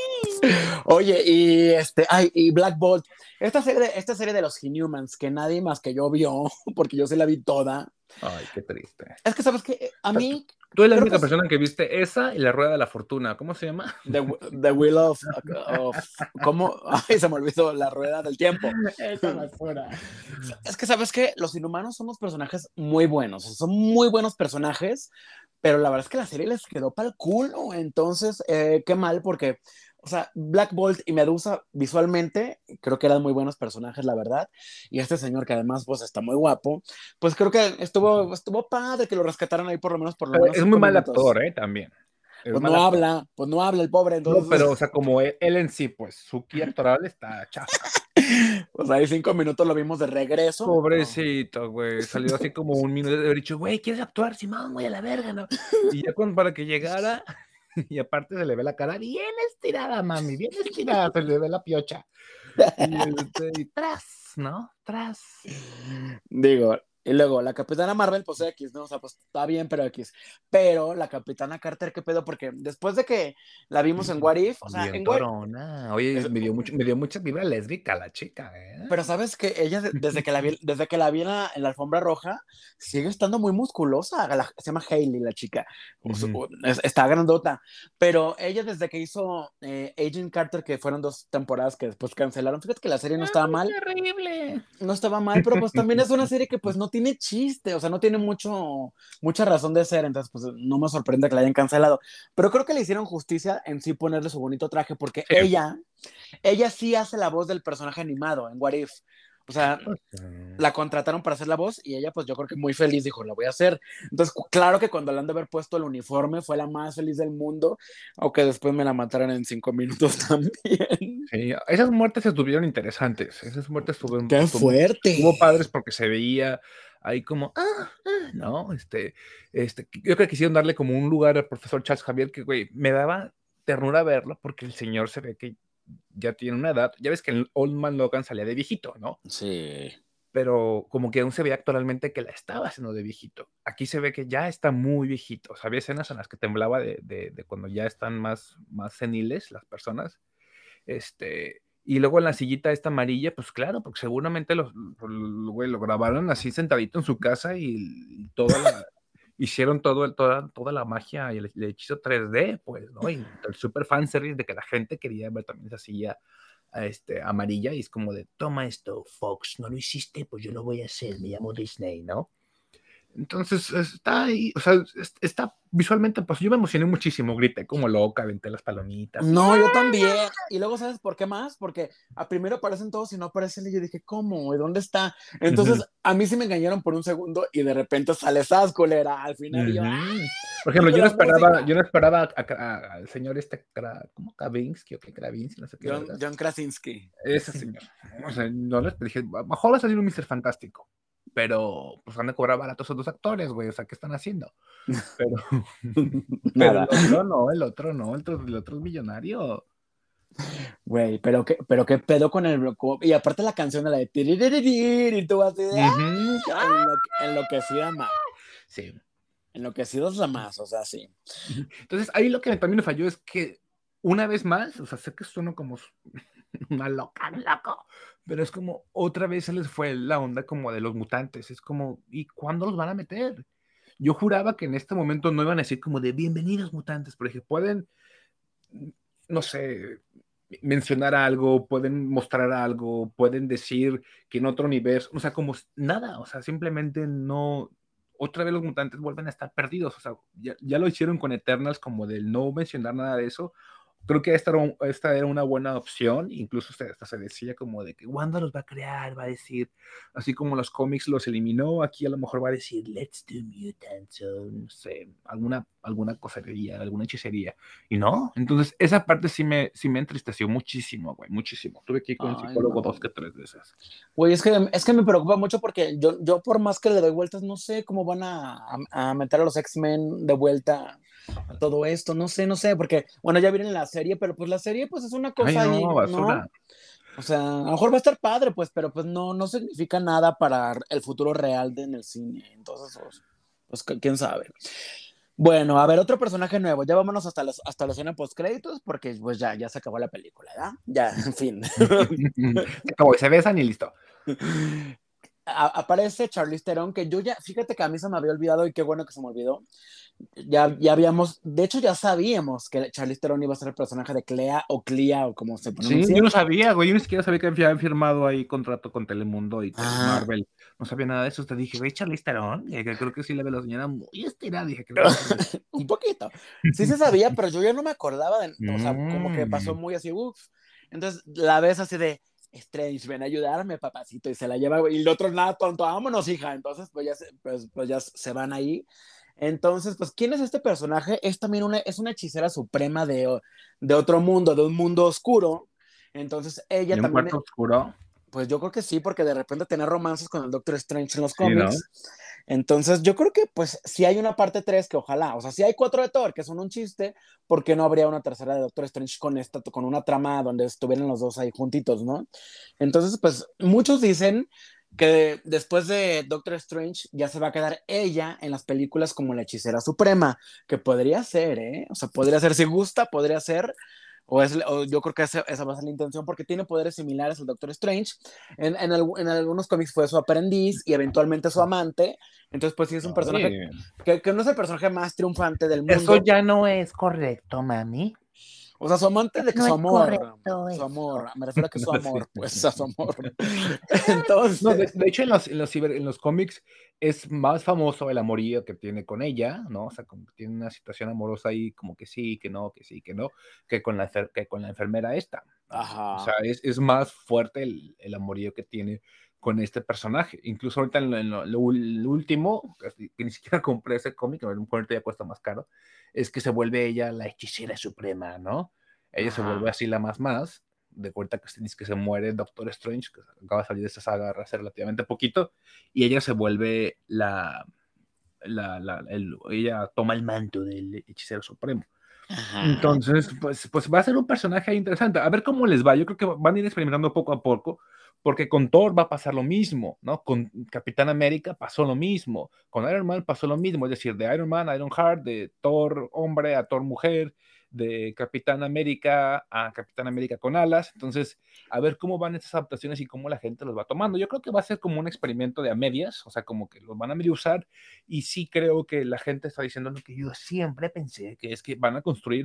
Oye, y Black Bolt, esta serie de los Inhumans que nadie más que yo vio, porque yo sí la vi toda. Ay, qué triste. Es que sabes que a mí Tú eres la creo única que persona que viste esa y la Rueda de la Fortuna. ¿Cómo se llama? The Wheel of ¿cómo? Ay, se me olvidó la rueda del tiempo. Esa basura. Es que sabes que los Inhumanos son unos personajes muy buenos, son muy buenos personajes, pero la verdad es que la serie les quedó para el culo, entonces qué mal porque, o sea, Black Bolt y Medusa visualmente creo que eran muy buenos personajes, la verdad, y este señor que además pues está muy guapo, pues creo que estuvo padre que lo rescataran ahí por lo menos Es muy cinco mal minutos. actor, también. Es mal actor. Pues no habla el pobre, No, entonces, pero, o sea, como él en sí, pues, su ki actoral está chafa. pues ahí 5 minutos lo vimos de regreso. Pobrecito, güey. Salió así como un minuto de haber dicho, güey, ¿quieres actuar? Simón, güey, a la verga, ¿no? Y ya para que llegara, y aparte se le ve la cara bien estirada, mami, bien estirada, se le ve la piocha. Y tras, ¿no? Tras. Digo, y luego la Capitana Marvel, pues X, ¿no? O sea, pues está bien, pero X. Pero la Capitana Carter, ¿qué pedo? Porque después de que la vimos en What If, o sea, Bien torona. Oye, es- me dio mucha vibra lésbica la chica, pero sabes que ella, desde que la vi en la alfombra roja, sigue estando muy musculosa. Se llama Hailey, la chica. Está grandota. Pero ella, desde que hizo Agent Carter, que fueron 2 temporadas que después cancelaron, fíjate que la serie no estaba mal. Terrible. No estaba mal, pero pues también es una serie que pues no tiene chiste, o sea, no tiene mucha razón de ser, entonces pues no me sorprende que la hayan cancelado. Pero creo que le hicieron justicia en sí ponerle su bonito traje, porque Sí. ella sí hace la voz del personaje animado en What If. O sea, la contrataron para hacer la voz y ella pues yo creo que muy feliz dijo, la voy a hacer. Entonces, claro que cuando le han de haber puesto el uniforme fue la más feliz del mundo, aunque después me la mataron en 5 minutos también. Sí, esas muertes estuvieron interesantes. Esas muertes ¡Qué fuerte! estuvo padres porque se veía ahí como, ¿no? Yo creo que quisieron darle como un lugar al profesor Charles Javier que, güey, me daba ternura verlo porque el señor se ve que ya tiene una edad. Ya ves que en Old Man Logan salía de viejito, ¿no? Sí. Pero como que aún se veía actualmente que la estaba haciendo de viejito. Aquí se ve que ya está muy viejito. O sea, había escenas en las que temblaba de cuando ya están más seniles las personas. Y luego en la sillita esta amarilla, pues claro, porque seguramente güey, lo grabaron así sentadito en su casa y hicieron toda la magia y el hechizo 3D, pues, ¿no? Y el super fanservice de que la gente quería ver también esa silla amarilla y es como de, toma esto, Fox, no lo hiciste, pues yo lo voy a hacer, me llamo Disney, ¿no? Entonces está ahí, o sea, está visualmente, pues yo me emocioné muchísimo, grité como loca, aventé las palomitas. No, yo también. Y luego, ¿sabes por qué más? Porque a primero aparecen todos y no aparece él. Y yo dije, ¿cómo? ¿Y dónde está? Entonces, a mí sí me engañaron por un segundo y de repente sale Sasculera al final. Y yo, ¡ah! Por ejemplo, Y con la música. yo no esperaba al señor ¿cómo? Kavinsky o qué Kravinsky, no sé qué. John Krasinski. Ese señor. O sea, no les dije, a lo mejor va a salir un Mr. Fantástico, pero pues van a cobrar baratos esos dos actores, güey, o sea, ¿qué están haciendo? Pero, Nada. el otro no, el otro es millonario. Güey, pero qué pedo con el bloco. Y aparte la canción de la de tiriririr, y tú así de enloquecida más. Sí. Enloquecidos la más, o sea, sí. Entonces, ahí lo que también me falló es que, una vez más, o sea, sé que sueno como una loca, loco, pero es como otra vez se les fue la onda como de los mutantes. Es como, ¿y cuándo los van a meter? Yo juraba que en este momento no iban a decir como de bienvenidos mutantes, porque pueden, no sé, mencionar algo, pueden mostrar algo, pueden decir que en otro universo, o sea, como nada, o sea, simplemente no, otra vez los mutantes vuelven a estar perdidos, o sea, ya lo hicieron con Eternals como del no mencionar nada de eso, creo que esta era una buena opción, incluso hasta se decía como de que Wanda los va a crear, va a decir, así como los cómics los eliminó, aquí a lo mejor va a decir, let's do mutants, o no sé, alguna cosería, alguna hechicería, y no, entonces esa parte sí me entristeció muchísimo, güey, muchísimo, tuve que ir con un Ay, psicólogo no. 2 que 3 veces. Güey, es que me preocupa mucho porque yo por más que le doy vueltas, no sé cómo van a meter a los X-Men de vuelta a todo esto, no sé, porque, bueno, ya vieron la serie, pero pues la serie pues es una Ay, cosa ahí, no, ¿no? basura. O sea, a lo mejor va a estar padre, pues, pero pues no significa nada para el futuro real en el cine, entonces, pues quién sabe. Bueno, a ver, otro personaje nuevo. Ya vámonos hasta la escena post créditos, porque pues ya se acabó la película, ¿verdad? Ya, en fin. Se acabó, y se besan y listo. Aparece Charlize Theron, que yo ya, fíjate que a mí se me había olvidado y qué bueno que se me olvidó. Ya habíamos, de hecho ya sabíamos que Charlize Theron iba a ser el personaje de Clea o Clea o como se Sí, pronuncie. yo no sabía, güey, yo ni siquiera sabía que habían firmado ahí contrato con Telemundo y Ajá. Marvel. No sabía nada de eso. Te dije, güey, Charlize Theron, que creo que sí la ve la señora muy estirada. Dije, creo que sí. Un poquito. Sí se sabía, pero yo ya no me acordaba o sea, como que pasó Mm. muy así, uff. Entonces la ves así de, Strange, ven a ayudarme, papacito, y se la lleva, y el otro nada tonto, vámonos, hija. Entonces, pues ya se van ahí. Entonces, pues, ¿quién es este personaje? Es también es una hechicera suprema de otro mundo, de un mundo oscuro. Entonces, ella ¿De un también, cuarto oscuro? pues yo creo que sí, porque de repente tiene romances con el Doctor Strange en los Sí, ¿no? cómics. Entonces, yo creo que pues si hay una parte 3 que ojalá, o sea, si hay 4 de Thor que son un chiste, ¿por qué no habría una tercera de Doctor Strange con una trama donde estuvieran los dos ahí juntitos, ¿no? Entonces, pues muchos dicen que después de Doctor Strange ya se va a quedar ella en las películas como la hechicera suprema, que podría ser, ¿eh? O sea, podría ser, si gusta, podría ser, o yo creo que esa va a ser la intención porque tiene poderes similares al Doctor Strange. En algunos cómics fue su aprendiz y eventualmente su amante. Entonces, pues sí es un personaje Ay. que no es el personaje más triunfante del Eso mundo. ya no es correcto, mami. O sea, su amante de que No su es amor, correcto su eso. amor, me refiero a que su No, sí. amor, pues a su amor. No, Entonces, de hecho, en los cómics es más famoso el amorío que tiene con ella, ¿no? O sea, como que tiene una situación amorosa ahí, como que sí, que no, que sí, que no, que con la enfermera esta. O sea, ajá. es más fuerte el amorío que tiene con este personaje. Incluso ahorita lo último, que ni siquiera compré ese cómic, a lo mejor ahorita ya cuesta más caro, es que se vuelve ella la hechicera suprema, ¿no? Ella se vuelve Ajá. así la más de cuenta que se muere Doctor Strange, que acaba de salir de esa saga hace relativamente poquito, y ella se vuelve ella toma el manto del hechicero supremo. Ajá. Entonces, pues va a ser un personaje interesante. A ver cómo les va. Yo creo que van a ir experimentando poco a poco, porque con Thor va a pasar lo mismo, ¿no? Con Capitán América pasó lo mismo, con Iron Man pasó lo mismo, es decir, de Iron Man a Iron Heart, de Thor hombre a Thor mujer, de Capitán América a Capitán América con alas. Entonces, a ver cómo van estas adaptaciones y cómo la gente los va tomando. Yo creo que va a ser como un experimento de a medias, o sea, como que los van a medio usar, y sí creo que la gente está diciendo lo que yo siempre pensé, que es que van a construir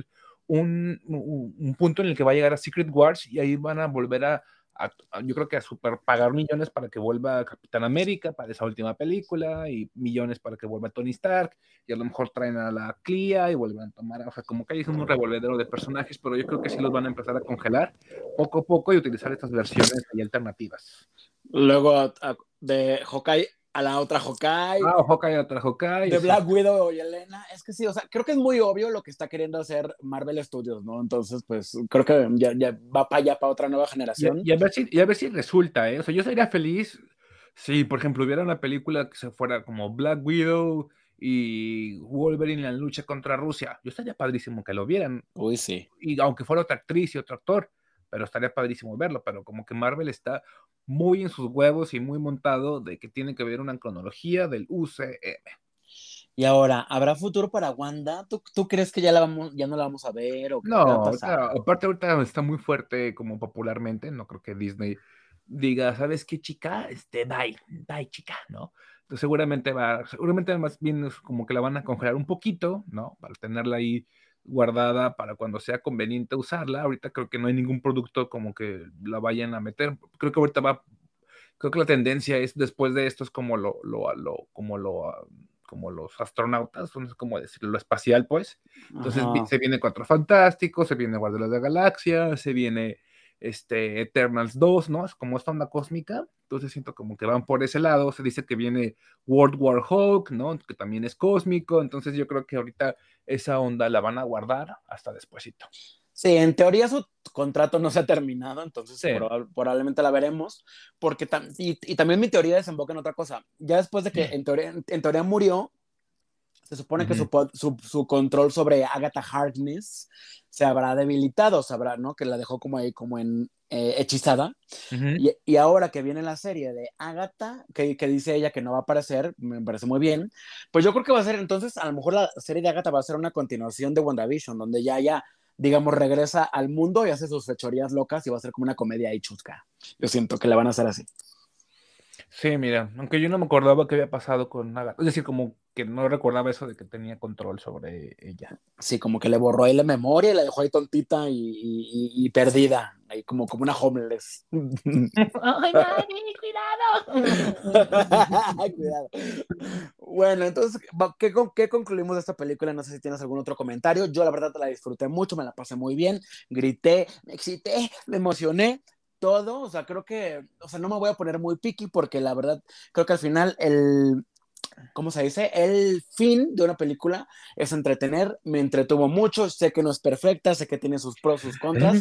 un punto en el que va a llegar a Secret Wars y ahí van a volver yo creo que a super pagar millones para que vuelva Capitán América para esa última película y millones para que vuelva Tony Stark y a lo mejor traen a la Clea y vuelven a tomar, o sea, como que hay un revolvedero de personajes, pero yo creo que sí los van a empezar a congelar poco a poco y utilizar estas versiones y alternativas. Luego de Hawkeye a la otra Hawkeye, Hawkeye otra Hawkeye, de Black exacto. Widow y Elena. Es que sí, o sea, creo que es muy obvio lo que está queriendo hacer Marvel Studios, ¿no? Entonces, pues creo que ya va para allá, para otra nueva generación. Y a ver si resulta, ¿eh? O sea, yo sería feliz si, por ejemplo, hubiera una película que se fuera como Black Widow y Wolverine en la lucha contra Rusia. Yo estaría padrísimo que lo vieran. Uy, sí. Y aunque fuera otra actriz y otro actor, pero estaría padrísimo verlo. Pero como que Marvel está muy en sus huevos y muy montado de que tiene que haber una cronología del UCM. Y ahora, ¿habrá futuro para Wanda? ¿Tú crees que ya no la vamos a ver o qué va a No, pasar? aparte ahorita está muy fuerte como popularmente, no creo que Disney diga, ¿sabes qué, chica? Bye, chica, ¿no? Entonces seguramente más bien es como que la van a congelar un poquito, ¿no? Para tenerla ahí guardada para cuando sea conveniente usarla. Ahorita creo que no hay ningún producto como que la vayan a meter. Creo que la tendencia es después de esto es como como los astronautas, son como decirlo, lo espacial, pues. Entonces Ajá. se viene Cuatro Fantásticos, se viene Guardianes de la Galaxia, se viene Eternals 2, ¿no? Es como esta onda cósmica, entonces siento como que van por ese lado, se dice que viene World War Hulk, ¿no? Que también es cósmico, entonces yo creo que ahorita esa onda la van a guardar hasta despuesito. Sí, en teoría su contrato no se ha terminado, entonces Sí. probablemente la veremos, porque y también mi teoría desemboca en otra cosa. Ya después de que en teoría murió, se supone que su control sobre Agatha Harkness se habrá debilitado, sabrá, ¿no? Que la dejó como ahí, como en hechizada. Y ahora que viene la serie de Agatha, que dice ella que no va a aparecer, me parece muy bien, pues yo creo que va a ser, entonces, a lo mejor la serie de Agatha va a ser una continuación de WandaVision, donde ya, digamos, regresa al mundo y hace sus fechorías locas y va a ser como una comedia ahí chusca. Yo siento que la van a hacer así. Sí, mira, aunque yo no me acordaba qué había pasado con Agatha, es decir, como que no recordaba eso de que tenía control sobre ella. Sí, como que le borró ahí la memoria y la dejó ahí tontita y perdida, ahí como una homeless. ¡Ay, mami, cuidado! Cuidado. Bueno, entonces, ¿qué concluimos de esta película? No sé si tienes algún otro comentario. Yo la verdad la disfruté mucho, me la pasé muy bien, grité, me excité, me emocioné, todo. O sea, creo que, o sea, no me voy a poner muy picky porque la verdad creo que al final ¿cómo se dice? El fin de una película es entretener, me entretuvo mucho, sé que no es perfecta, sé que tiene sus pros, sus contras,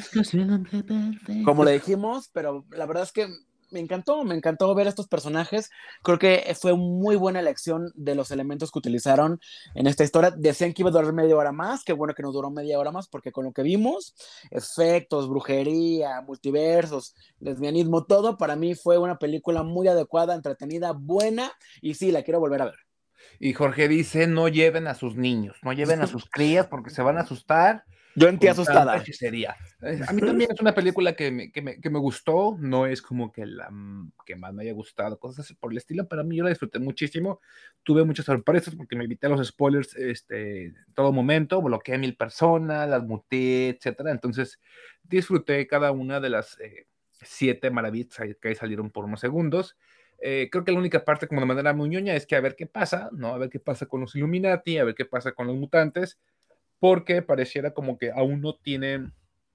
como le dijimos, pero la verdad es que me encantó ver estos personajes. Creo que fue muy buena elección de los elementos que utilizaron en esta historia. Decían que iba a durar media hora más, qué bueno que nos duró media hora más, porque con lo que vimos, efectos, brujería, multiversos, lesbianismo, todo, para mí fue una película muy adecuada, entretenida, buena, y sí, la quiero volver a ver. Y Jorge dice, no lleven a sus niños, no lleven a sus crías porque se van a asustar Yo en ti con tanta asustada. hechicería. A mí también es una película que me gustó, no es como que la que más me haya gustado, cosas así por el estilo, pero a mí yo la disfruté muchísimo, tuve muchas sorpresas porque me evité los spoilers en todo momento, bloqueé a 1000 personas, las muteé, etcétera, entonces disfruté cada una de las 7 maravillas que ahí salieron por unos segundos. Creo que la única parte como de manera muy ñoña es que a ver qué pasa, ¿no? A ver qué pasa con los Illuminati, a ver qué pasa con los mutantes, porque pareciera como que aún no tienen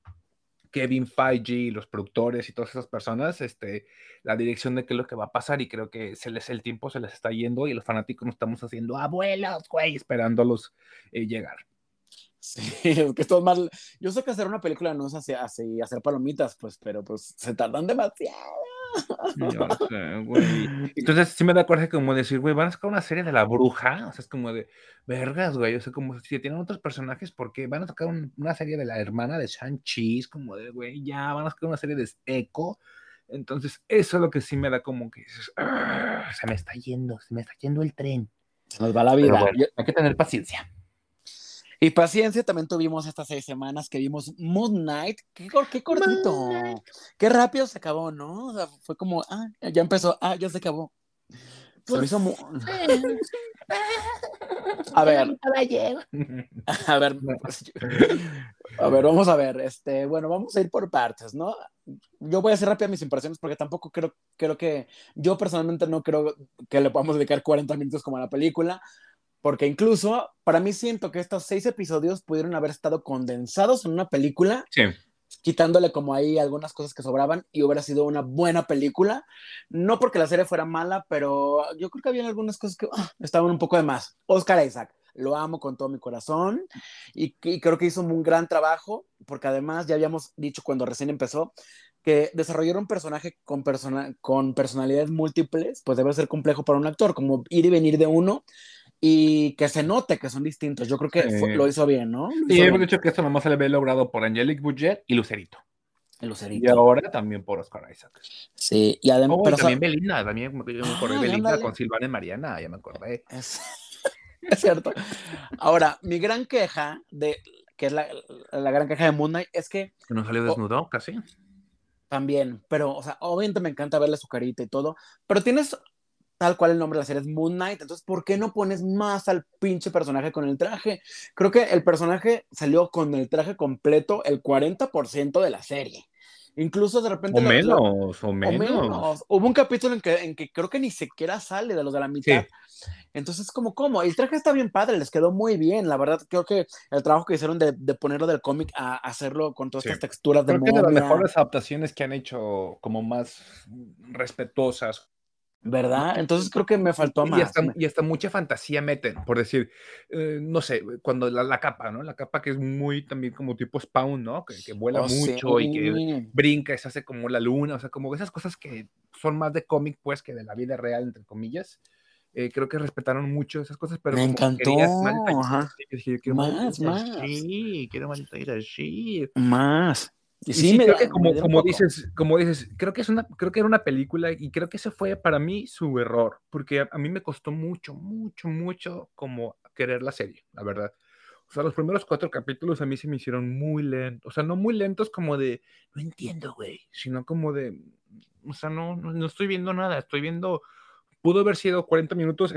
Kevin Feige, los productores y todas esas personas, la dirección de qué es lo que va a pasar, y creo que el tiempo se les está yendo y los fanáticos nos estamos haciendo abuelos, güey, esperándolos llegar. Sí, es que esto es mal. Yo sé que hacer una película no es así hacer palomitas, pues, pero pues se tardan demasiado. Ya sé, güey. Entonces sí me da coraje como decir, güey, van a sacar una serie de la bruja, o sea, es como de vergas, güey, o sea, como si tienen otros personajes, ¿por qué van a sacar una serie de la hermana de Shang-Chi? Es como de, güey, ya van a sacar una serie de Echo. Entonces, eso es lo que sí me da como que dices, se me está yendo el tren. Se nos va la Pero vida. bueno, hay que tener paciencia. Y paciencia, también tuvimos estas 6 semanas que vimos Moon Knight. Qué cortito. Qué rápido se acabó, ¿no? O sea, fue como, ya empezó, ya se acabó. Se me Pues, hizo muy... eh, A era ver, mi caballero. a ver, a ver, vamos a ver. Bueno, vamos a ir por partes, ¿no? Yo voy a hacer rápido mis impresiones porque tampoco creo que, yo personalmente no creo que le podamos dedicar 40 minutos como a la película, porque incluso para mí siento que estos 6 episodios pudieron haber estado condensados en una película, Sí. quitándole como ahí algunas cosas que sobraban y hubiera sido una buena película. No porque la serie fuera mala, pero yo creo que había algunas cosas que estaban un poco de más. Oscar Isaac, lo amo con todo mi corazón y creo que hizo un gran trabajo, porque además ya habíamos dicho cuando recién empezó que desarrollar un personaje con personalidades múltiples, pues debe ser complejo para un actor, como ir y venir de uno y que se note que son distintos. Yo creo que lo hizo bien, ¿no? Lo Y hizo hemos bien. dicho que esto nomás se le había logrado por Angelique Boyer y Lucerito. El Y Lucerito. ahora también por Oscar Isaac. Sí, y además, Oh, y pero también Belinda, también yo me acordé de ay, Belinda con ándale. Silvana y Mariana, ya me acordé. Es, es cierto. Ahora, mi gran queja que es la gran queja de Moon Knight, es que Que no salió desnudo, casi. también, pero, o sea, obviamente me encanta verle su carita y todo, pero tienes tal cual el nombre de la serie es Moon Knight, entonces, ¿por qué no pones más al pinche personaje con el traje? Creo que el personaje salió con el traje completo el 40% de la serie. Incluso de repente O menos, o o menos. menos. Hubo un capítulo en que creo que ni siquiera sale de los de la mitad. Sí, Entonces, como, el traje está bien padre, les quedó muy bien. La verdad, creo que el trabajo que hicieron de ponerlo del cómic a hacerlo con todas sí. estas texturas de Creo que es de las momia, mejores adaptaciones que han hecho como más respetuosas, ¿no? ¿verdad? Entonces creo que me faltó Y más. hasta, y hasta mucha fantasía meten, por decir, no sé, cuando la capa, ¿no? La capa que es muy también como tipo Spawn, ¿no? Que vuela Oh, sí. mucho y que brinca y se hace como la luna, o sea, como esas cosas que son más de cómic, pues, que de la vida real, entre comillas. Creo que respetaron mucho esas cosas, pero Me como que querías más encantó. detallitos. Ajá. Así, yo dije, yo quiero más Más, detalles más, así, quiero más detalles así. más. Y Y sí, sí, creo que me dieron poco. como dices, creo que era una película y creo que ese fue para mí su error, porque a mí me costó mucho, mucho, mucho como querer la serie, la verdad. O sea, los primeros 4 capítulos a mí se me hicieron muy lentos, o sea, no muy lentos como de, no entiendo, güey, sino como de, o sea, no estoy viendo nada, estoy viendo, pudo haber sido 40 minutos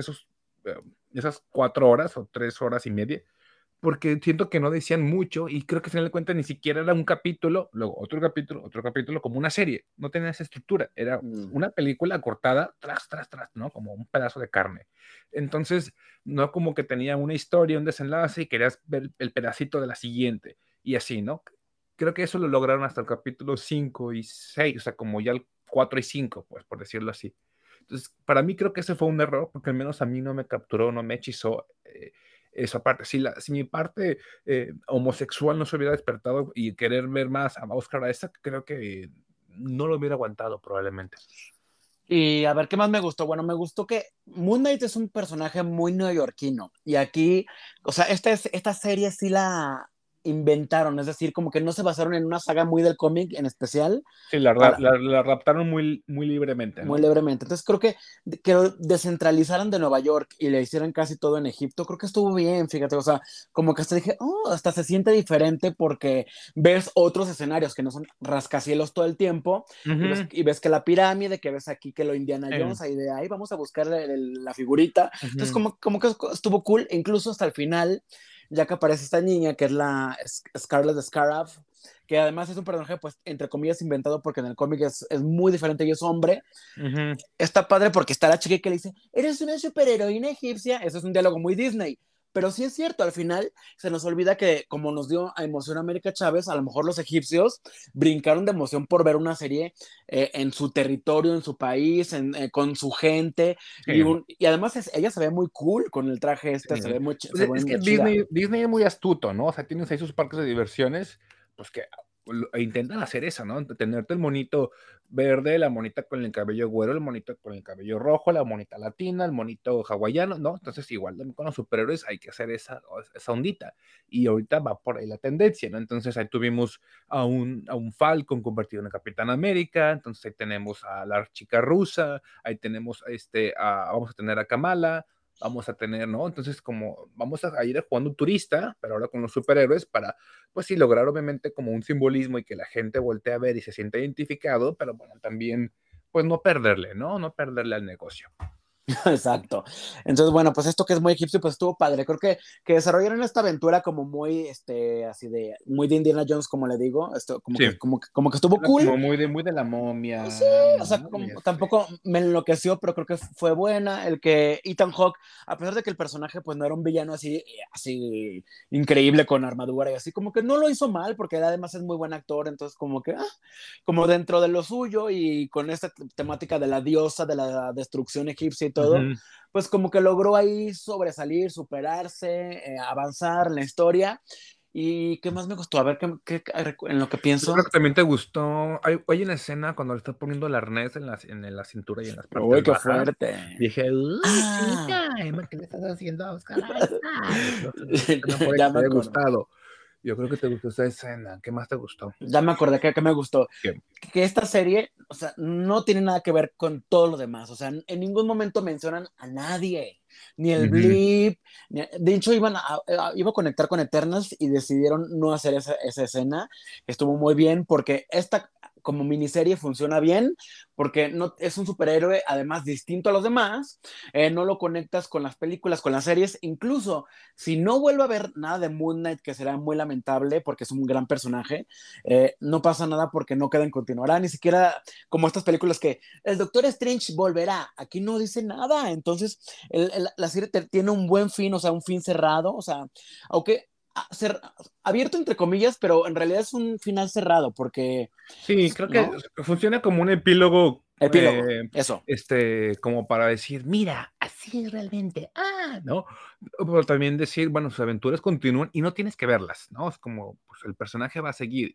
esas 4 horas o 3 horas y media, porque siento que no decían mucho y creo que al final de cuentas ni siquiera era un capítulo, luego otro capítulo, como una serie, no tenía esa estructura, era Mm. una película cortada tras, ¿no? Como un pedazo de carne. Entonces, no como que tenía una historia, un desenlace y querías ver el pedacito de la siguiente y así, ¿no? Creo que eso lo lograron hasta el capítulo 5 y 6, o sea, como ya el 4 y 5, pues, por decirlo así. Entonces, para mí creo que ese fue un error, porque al menos a mí no me capturó, no me hechizó esa parte. Si mi parte homosexual no se hubiera despertado y querer ver más a Oscar Isaac, creo que no lo hubiera aguantado probablemente. Y a ver, ¿qué más me gustó? Bueno, me gustó que Moon Knight es un personaje muy neoyorquino. Y aquí, o sea, esta serie sí la inventaron, es decir, como que no se basaron en una saga muy del cómic en especial, Sí, para, la raptaron muy, muy libremente, muy ¿no? libremente. Entonces creo que descentralizaran de Nueva York y le hicieran casi todo en Egipto, creo que estuvo bien, fíjate, o sea, como que hasta dije, oh, hasta se siente diferente porque ves otros escenarios que no son rascacielos todo el tiempo Ujú, y ves que la pirámide, que ves aquí que lo Indiana sí, Jones, ahí de ahí vamos a buscar la figurita. Entonces ujú, como que estuvo cool, e incluso hasta el final, ya que aparece esta niña que es la Scarlet Scarab, que además es un personaje, pues, entre comillas, inventado porque en el cómic es muy diferente y es hombre. ujú. Está padre porque está la chica que le dice, eres una superheroína egipcia. Eso es un diálogo muy Disney. Pero sí es cierto, al final se nos olvida que, como nos dio a emoción América Chávez, a lo mejor los egipcios brincaron de emoción por ver una serie en su territorio, en su país, con su gente. Sí, Y además ella se ve muy cool con el traje este, sí. Pues se ve es muy que chida. Disney es muy astuto, ¿no? O sea, tienes ahí sus parques de diversiones, pues que intentan hacer eso, ¿no? Tenerte el monito verde, la monita con el cabello güero, el monito con el cabello rojo, la monita latina, el monito hawaiano, ¿no? Entonces, igual también con los superhéroes hay que hacer esa ondita. Y ahorita va por ahí la tendencia, ¿no? Entonces, ahí tuvimos a un Falcon convertido en Capitán América, entonces ahí tenemos a la chica rusa, ahí tenemos vamos a tener a Kamala, vamos a tener, ¿no? Entonces, como vamos a ir jugando turista, pero ahora con los superhéroes, para, pues sí, lograr obviamente como un simbolismo y que la gente voltee a ver y se sienta identificado, pero bueno, también, pues no perderle, ¿no? No perderle al negocio. Exacto. Entonces, bueno, pues esto que es muy egipcio, pues estuvo padre. Creo que desarrollaron esta aventura como muy, así de, muy de Indiana Jones, como le digo, esto, Sí, como que estuvo era cool. como muy de la Sí, momia, o sea, ¿no? tampoco me enloqueció, pero creo que fue buena. El que Ethan Hawke, a pesar de que el personaje pues no era un villano así increíble con armadura y así, como que no lo hizo mal, porque además es muy buen actor, entonces como que, como dentro de lo suyo y con esta temática de la diosa, de la destrucción egipcia y todo, Ujú. pues como que logró ahí sobresalir, superarse, avanzar en la historia. ¿Y qué más me gustó? A ver, en lo que Yo creo pienso. que también te gustó. Hay una escena cuando le está poniendo el arnés en la cintura y en las Uy, partes qué bajas. fuerte. Dije, uy, Ah, chica, Emma, ¿qué le estás haciendo a Oscar Isaac? No sé, no por ya eso me te haya acuerdo. gustado. Yo creo que te gustó esa escena. ¿Qué más te gustó? Ya me acordé que me gustó. ¿Qué? Que esta serie, o sea, no tiene nada que ver con todo lo demás. O sea, en ningún momento mencionan a nadie, ni el Ujú. blip. De hecho, iba a conectar con Eternals y decidieron no hacer esa escena. Estuvo muy bien porque como miniserie funciona bien, porque no, es un superhéroe además distinto a los demás, no lo conectas con las películas, con las series, incluso si no vuelvo a ver nada de Moon Knight, que será muy lamentable porque es un gran personaje, no pasa nada porque no queda en continuará, ni siquiera como estas películas que el Doctor Strange volverá, aquí no dice nada, entonces la serie tiene un buen fin, o sea, un fin cerrado, o sea, aunque abierto entre comillas, pero en realidad es un final cerrado, porque, Sí, creo que ¿no? funciona como un epílogo, Epílogo, eso. como para decir, mira, así es realmente, ¿no? Pero también decir, bueno, sus aventuras continúan y no tienes que verlas, ¿no? Es como, pues el personaje va a seguir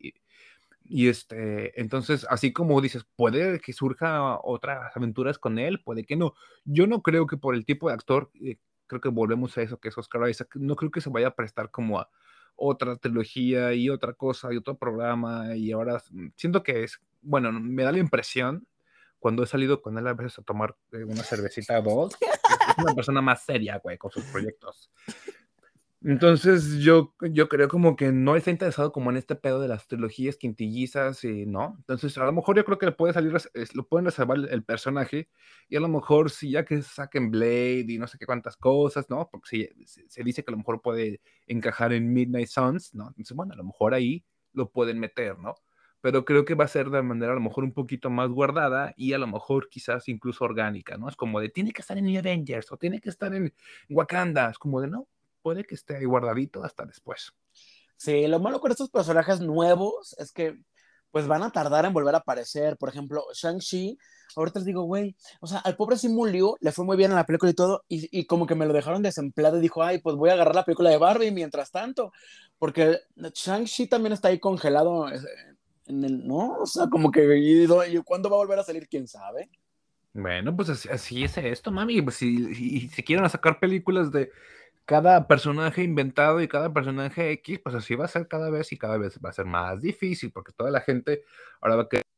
entonces, así como dices, puede que surja otras aventuras con él, puede que no. Yo no creo que por el tipo de actor, creo que volvemos a eso que es Oscar Isaac, no creo que se vaya a prestar como a otra trilogía y otra cosa y otro programa y ahora siento que es, bueno, me da la impresión cuando he salido con él a veces a tomar una cervecita o dos, que es una persona más seria, güey, con sus proyectos. Entonces yo creo como que no está interesado como en este pedo de las trilogías quintillizas y no. Entonces a lo mejor yo creo que le puede salir, lo pueden reservar el personaje y a lo mejor si ya que saquen Blade y no sé qué cuántas cosas, ¿no? Porque se dice que a lo mejor puede encajar en Midnight Suns, ¿no? Entonces bueno, a lo mejor ahí lo pueden meter, ¿no? Pero creo que va a ser de manera a lo mejor un poquito más guardada y a lo mejor quizás incluso orgánica, ¿no? Es como de, tiene que estar en New Avengers o tiene que estar en Wakanda, es como de, no, puede que esté ahí guardadito hasta después. Sí, lo malo con estos personajes nuevos es que pues van a tardar en volver a aparecer. Por ejemplo, Shang-Chi, ahorita les digo, güey, o sea, al pobre Simu Liu le fue muy bien en la película y todo, y como que me lo dejaron desempleado y dijo, ay, pues voy a agarrar la película de Barbie mientras tanto, porque Shang-Chi también está ahí congelado en el, ¿no? O sea, como que, ¿y cuándo va a volver a salir? ¿Quién sabe? Bueno, pues así es esto, mami. Pues si quieren sacar películas de cada personaje inventado y cada personaje X, pues así va a ser cada vez y cada vez va a ser más difícil, porque toda la gente ahora va a querer,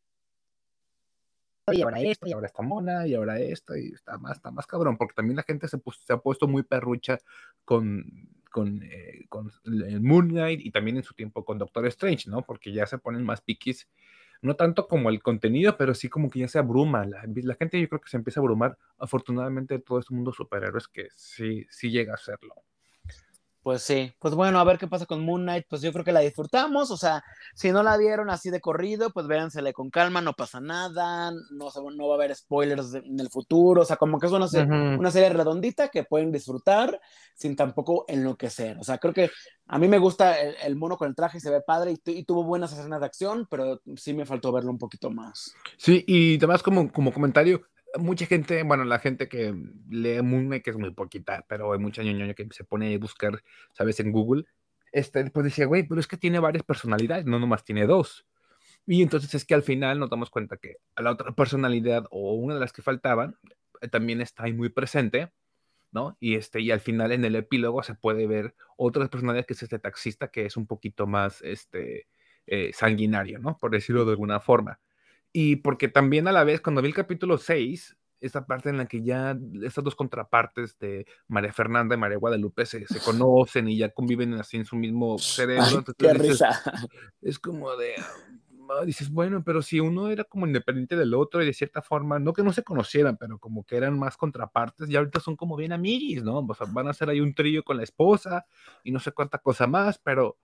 y ahora esto, y ahora esta mona, y ahora esto, y está más cabrón, porque también la gente se ha puesto muy perrucha con, con el Moon Knight y también en su tiempo con Doctor Strange, ¿no? Porque ya se ponen más piquis, no tanto como el contenido, pero sí como que ya se abruma. La gente yo creo que se empieza a abrumar, afortunadamente, todo este mundo de superhéroes que sí llega a serlo. Pues sí, pues bueno, a ver qué pasa con Moon Knight, pues yo creo que la disfrutamos, o sea, si no la vieron así de corrido, pues véansela con calma, no pasa nada, no va a haber spoilers en el futuro, o sea, como que es Ujú. una serie redondita que pueden disfrutar sin tampoco enloquecer, o sea, creo que a mí me gusta el mono con el traje, se ve padre y tuvo buenas escenas de acción, pero sí me faltó verlo un poquito más. Sí, y además como comentario, mucha gente, bueno, la gente que lee Moon Knight, que es muy poquita, pero hay mucha ñoño que se pone a buscar, ¿sabes? En Google, pues decía, güey, pero es que tiene varias personalidades, no nomás tiene dos. Y entonces es que al final nos damos cuenta que a la otra personalidad o una de las que faltaban también está ahí muy presente, ¿no? Y al final en el epílogo se puede ver otras personalidades que es este taxista que es un poquito más sanguinario, ¿no? Por decirlo de alguna forma. Y porque también a la vez, cuando vi el capítulo 6 esta parte en la que ya estas dos contrapartes de María Fernanda y María Guadalupe se conocen y ya conviven así en su mismo cerebro, Ay, entonces qué dices, risa. es como de, dices, bueno, pero si uno era como independiente del otro y de cierta forma, no que no se conocieran, pero como que eran más contrapartes, y ahorita son como bien amiguis, ¿no? O sea, van a hacer ahí un trío con la esposa y no sé cuánta cosa más, pero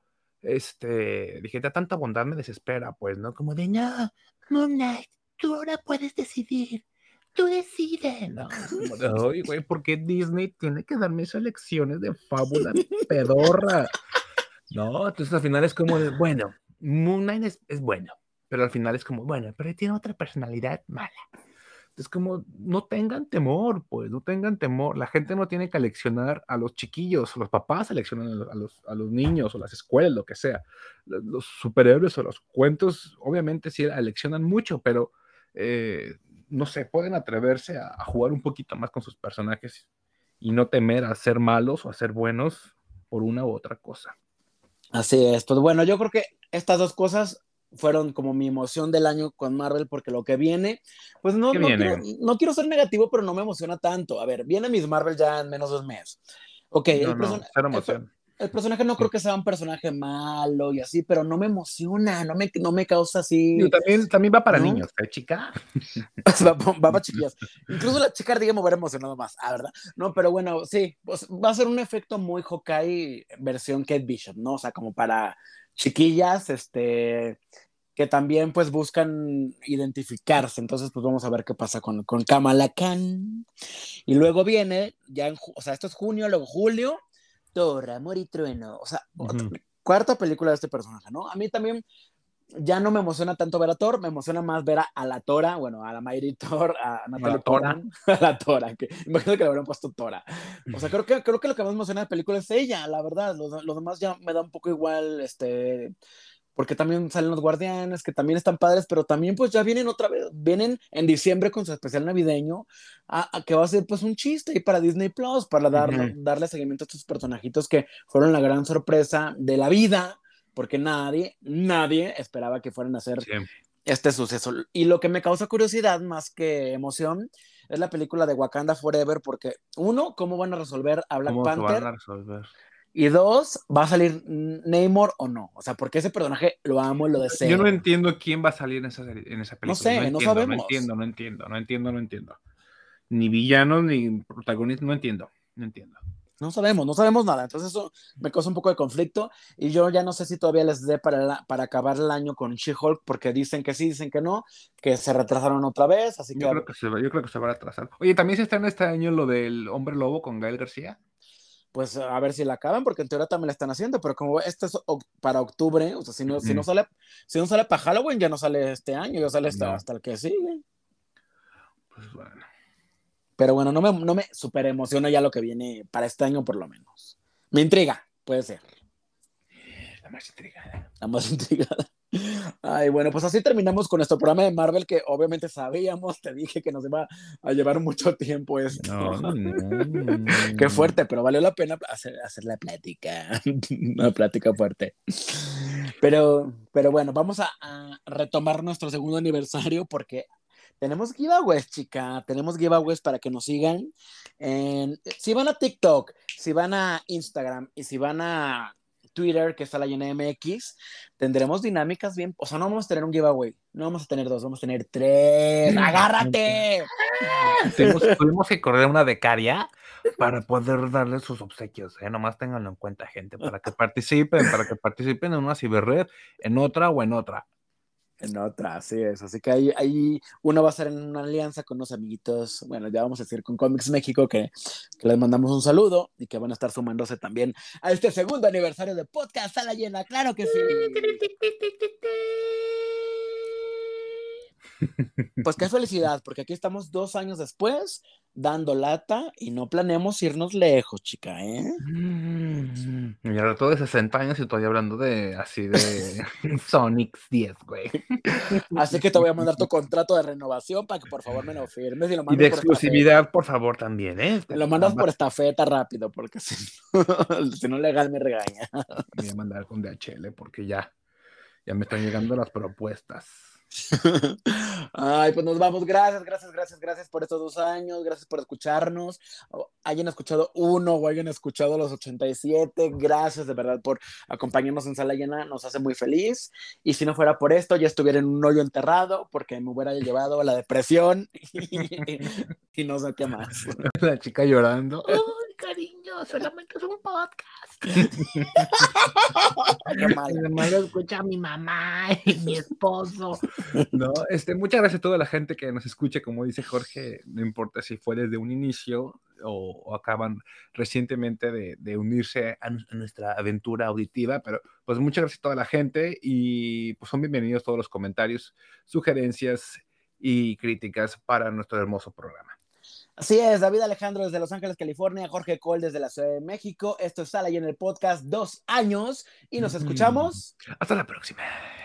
dije, ya tanta bondad me desespera, pues, ¿no? Como de, no, Moon Knight, tú ahora puedes decidir. Tú decides. no, es como de, oye, güey, ¿por qué Disney tiene que darme selecciones de fábula pedorra? No, entonces al final es como de, bueno, Moon Knight es bueno, pero al final es como, bueno, pero tiene otra personalidad mala. Es como, no tengan temor, pues, no tengan temor. La gente no tiene que aleccionar a los chiquillos, los papás seleccionan a los niños o las escuelas, lo que sea. Los superhéroes o los cuentos, obviamente sí aleccionan mucho, pero no sé, pueden atreverse a jugar un poquito más con sus personajes y no temer a ser malos o a ser buenos por una u otra cosa. Así es, pues bueno, yo creo que estas dos cosas fueron como mi emoción del año con Marvel, porque lo que viene, pues ¿Qué viene? no quiero ser negativo, pero no me emociona tanto. A ver, viene Miss Marvel ya en menos de un mes. Ok, No, no, cero emoción. El personaje no creo que sea un personaje malo y así, pero no me emociona, no me causa así, También va para ¿no? niños, chica. Va para chiquillas. Incluso la chica ardilla me hubiera emocionado más, ¿verdad? No, pero bueno, sí, pues va a ser un efecto muy Hawkeye versión Kate Bishop, ¿no? O sea, como para chiquillas, que también pues buscan identificarse. Entonces, pues vamos a ver qué pasa con Kamala Khan. Y luego viene, o sea, esto es junio, luego julio, Thor, Amor y Trueno. O sea, cuarta película de este personaje, ¿no? A mí también ya no me emociona tanto ver a Thor, me emociona más ver a la Tora, bueno, a la Mighty Thor, a Natalie Portman, a la Tora, que imagino que le habrían puesto Tora. O sea, creo que lo que más me emociona de la película es ella, la verdad. Los demás ya me da un poco igual, porque también salen los Guardianes, que también están padres, pero también pues ya vienen otra vez, vienen en diciembre con su especial navideño, que va a ser pues un chiste y para Disney Plus, para darle seguimiento a estos personajitos que fueron la gran sorpresa de la vida, porque nadie esperaba que fueran a hacer este suceso. Y lo que me causa curiosidad más que emoción es la película de Wakanda Forever, porque uno, ¿cómo van a resolver a Black Panther? ¿Cómo se van a resolver? Y dos, ¿va a salir Namor o no? O sea, porque ese personaje lo amo y lo deseo. Yo no entiendo quién va a salir en esa película. No sé, no sabemos. No entiendo. Ni villanos, ni protagonistas, no entiendo. No sabemos nada. Entonces eso me causa un poco de conflicto y yo ya no sé si todavía les dé para acabar el año con She-Hulk, porque dicen que sí, dicen que no, que se retrasaron otra vez, así yo creo que se va a retrasar. Oye, ¿también se está en este año lo del Hombre Lobo con Gael García? Pues a ver si la acaban, porque en teoría también la están haciendo, pero como esto es para octubre, o sea, si no sale para Halloween, ya no sale este año, ya sale hasta el que sigue. Pues bueno. Pero bueno, no me super emociona ya lo que viene para este año, por lo menos. Me intriga, puede ser. La más intrigada. La más intrigada. Ay, bueno, pues así terminamos con nuestro programa de Marvel, que obviamente sabíamos, te dije que nos iba a llevar mucho tiempo esto. No. Qué fuerte, pero valió la pena hacer la plática. Una plática fuerte. Pero bueno, vamos a retomar nuestro segundo aniversario porque tenemos giveaways, chica. Tenemos giveaways para que nos sigan. Si van a TikTok, si van a Instagram y si van a Twitter, que está la Llena MX, tendremos dinámicas bien. O sea, no vamos a tener un giveaway, no vamos a tener 2, vamos a tener 3. ¡Agárrate! Tuvimos que correr una becaria para poder darle sus obsequios. Nomás ténganlo en cuenta, gente, para que participen en una ciberred, en otra o en otra. En otra, así es. Así que ahí uno va a ser en una alianza con unos amiguitos, bueno, ya vamos a decir con Comics México, que les mandamos un saludo y que van a estar sumándose también a este segundo aniversario de Podcast Sala Llena, claro que sí. Pues qué felicidad, porque aquí estamos 2 años después, dando lata y no planeamos irnos lejos, chica, ¿eh? Y ahora todo de 60 años y estoy hablando de Sonic 10, güey. Así que te voy a mandar tu contrato de renovación para que por favor me lo firmes y lo mandes de exclusividad, por favor, también, ¿eh? Me lo mandas por estafeta rápido, porque si no legal me regaña. Voy a mandar con DHL porque ya me están llegando las propuestas. Ay, pues nos vamos. Gracias por estos 2 años. Gracias por escucharnos. Hayan escuchado uno o hayan escuchado los 87. Gracias de verdad por acompañarnos en Sala Llena. Nos hace muy feliz. Y si no fuera por esto, ya estuviera en un hoyo enterrado porque me hubiera llevado a la depresión y no sé qué más. La chica llorando. Ay, cariño, solamente es un podcast. Qué mal. Además lo escucha mi mamá y mi esposo. No, muchas gracias a toda la gente que nos escucha, como dice Jorge, no importa si fue desde un inicio o acaban recientemente de unirse a nuestra aventura auditiva, pero pues muchas gracias a toda la gente y pues son bienvenidos todos los comentarios, sugerencias y críticas para nuestro hermoso programa. Así es, David Alejandro desde Los Ángeles, California, Jorge Cole desde la Ciudad de México. Esto es Sala Llena el podcast, 2 años y nos escuchamos. Hasta la próxima.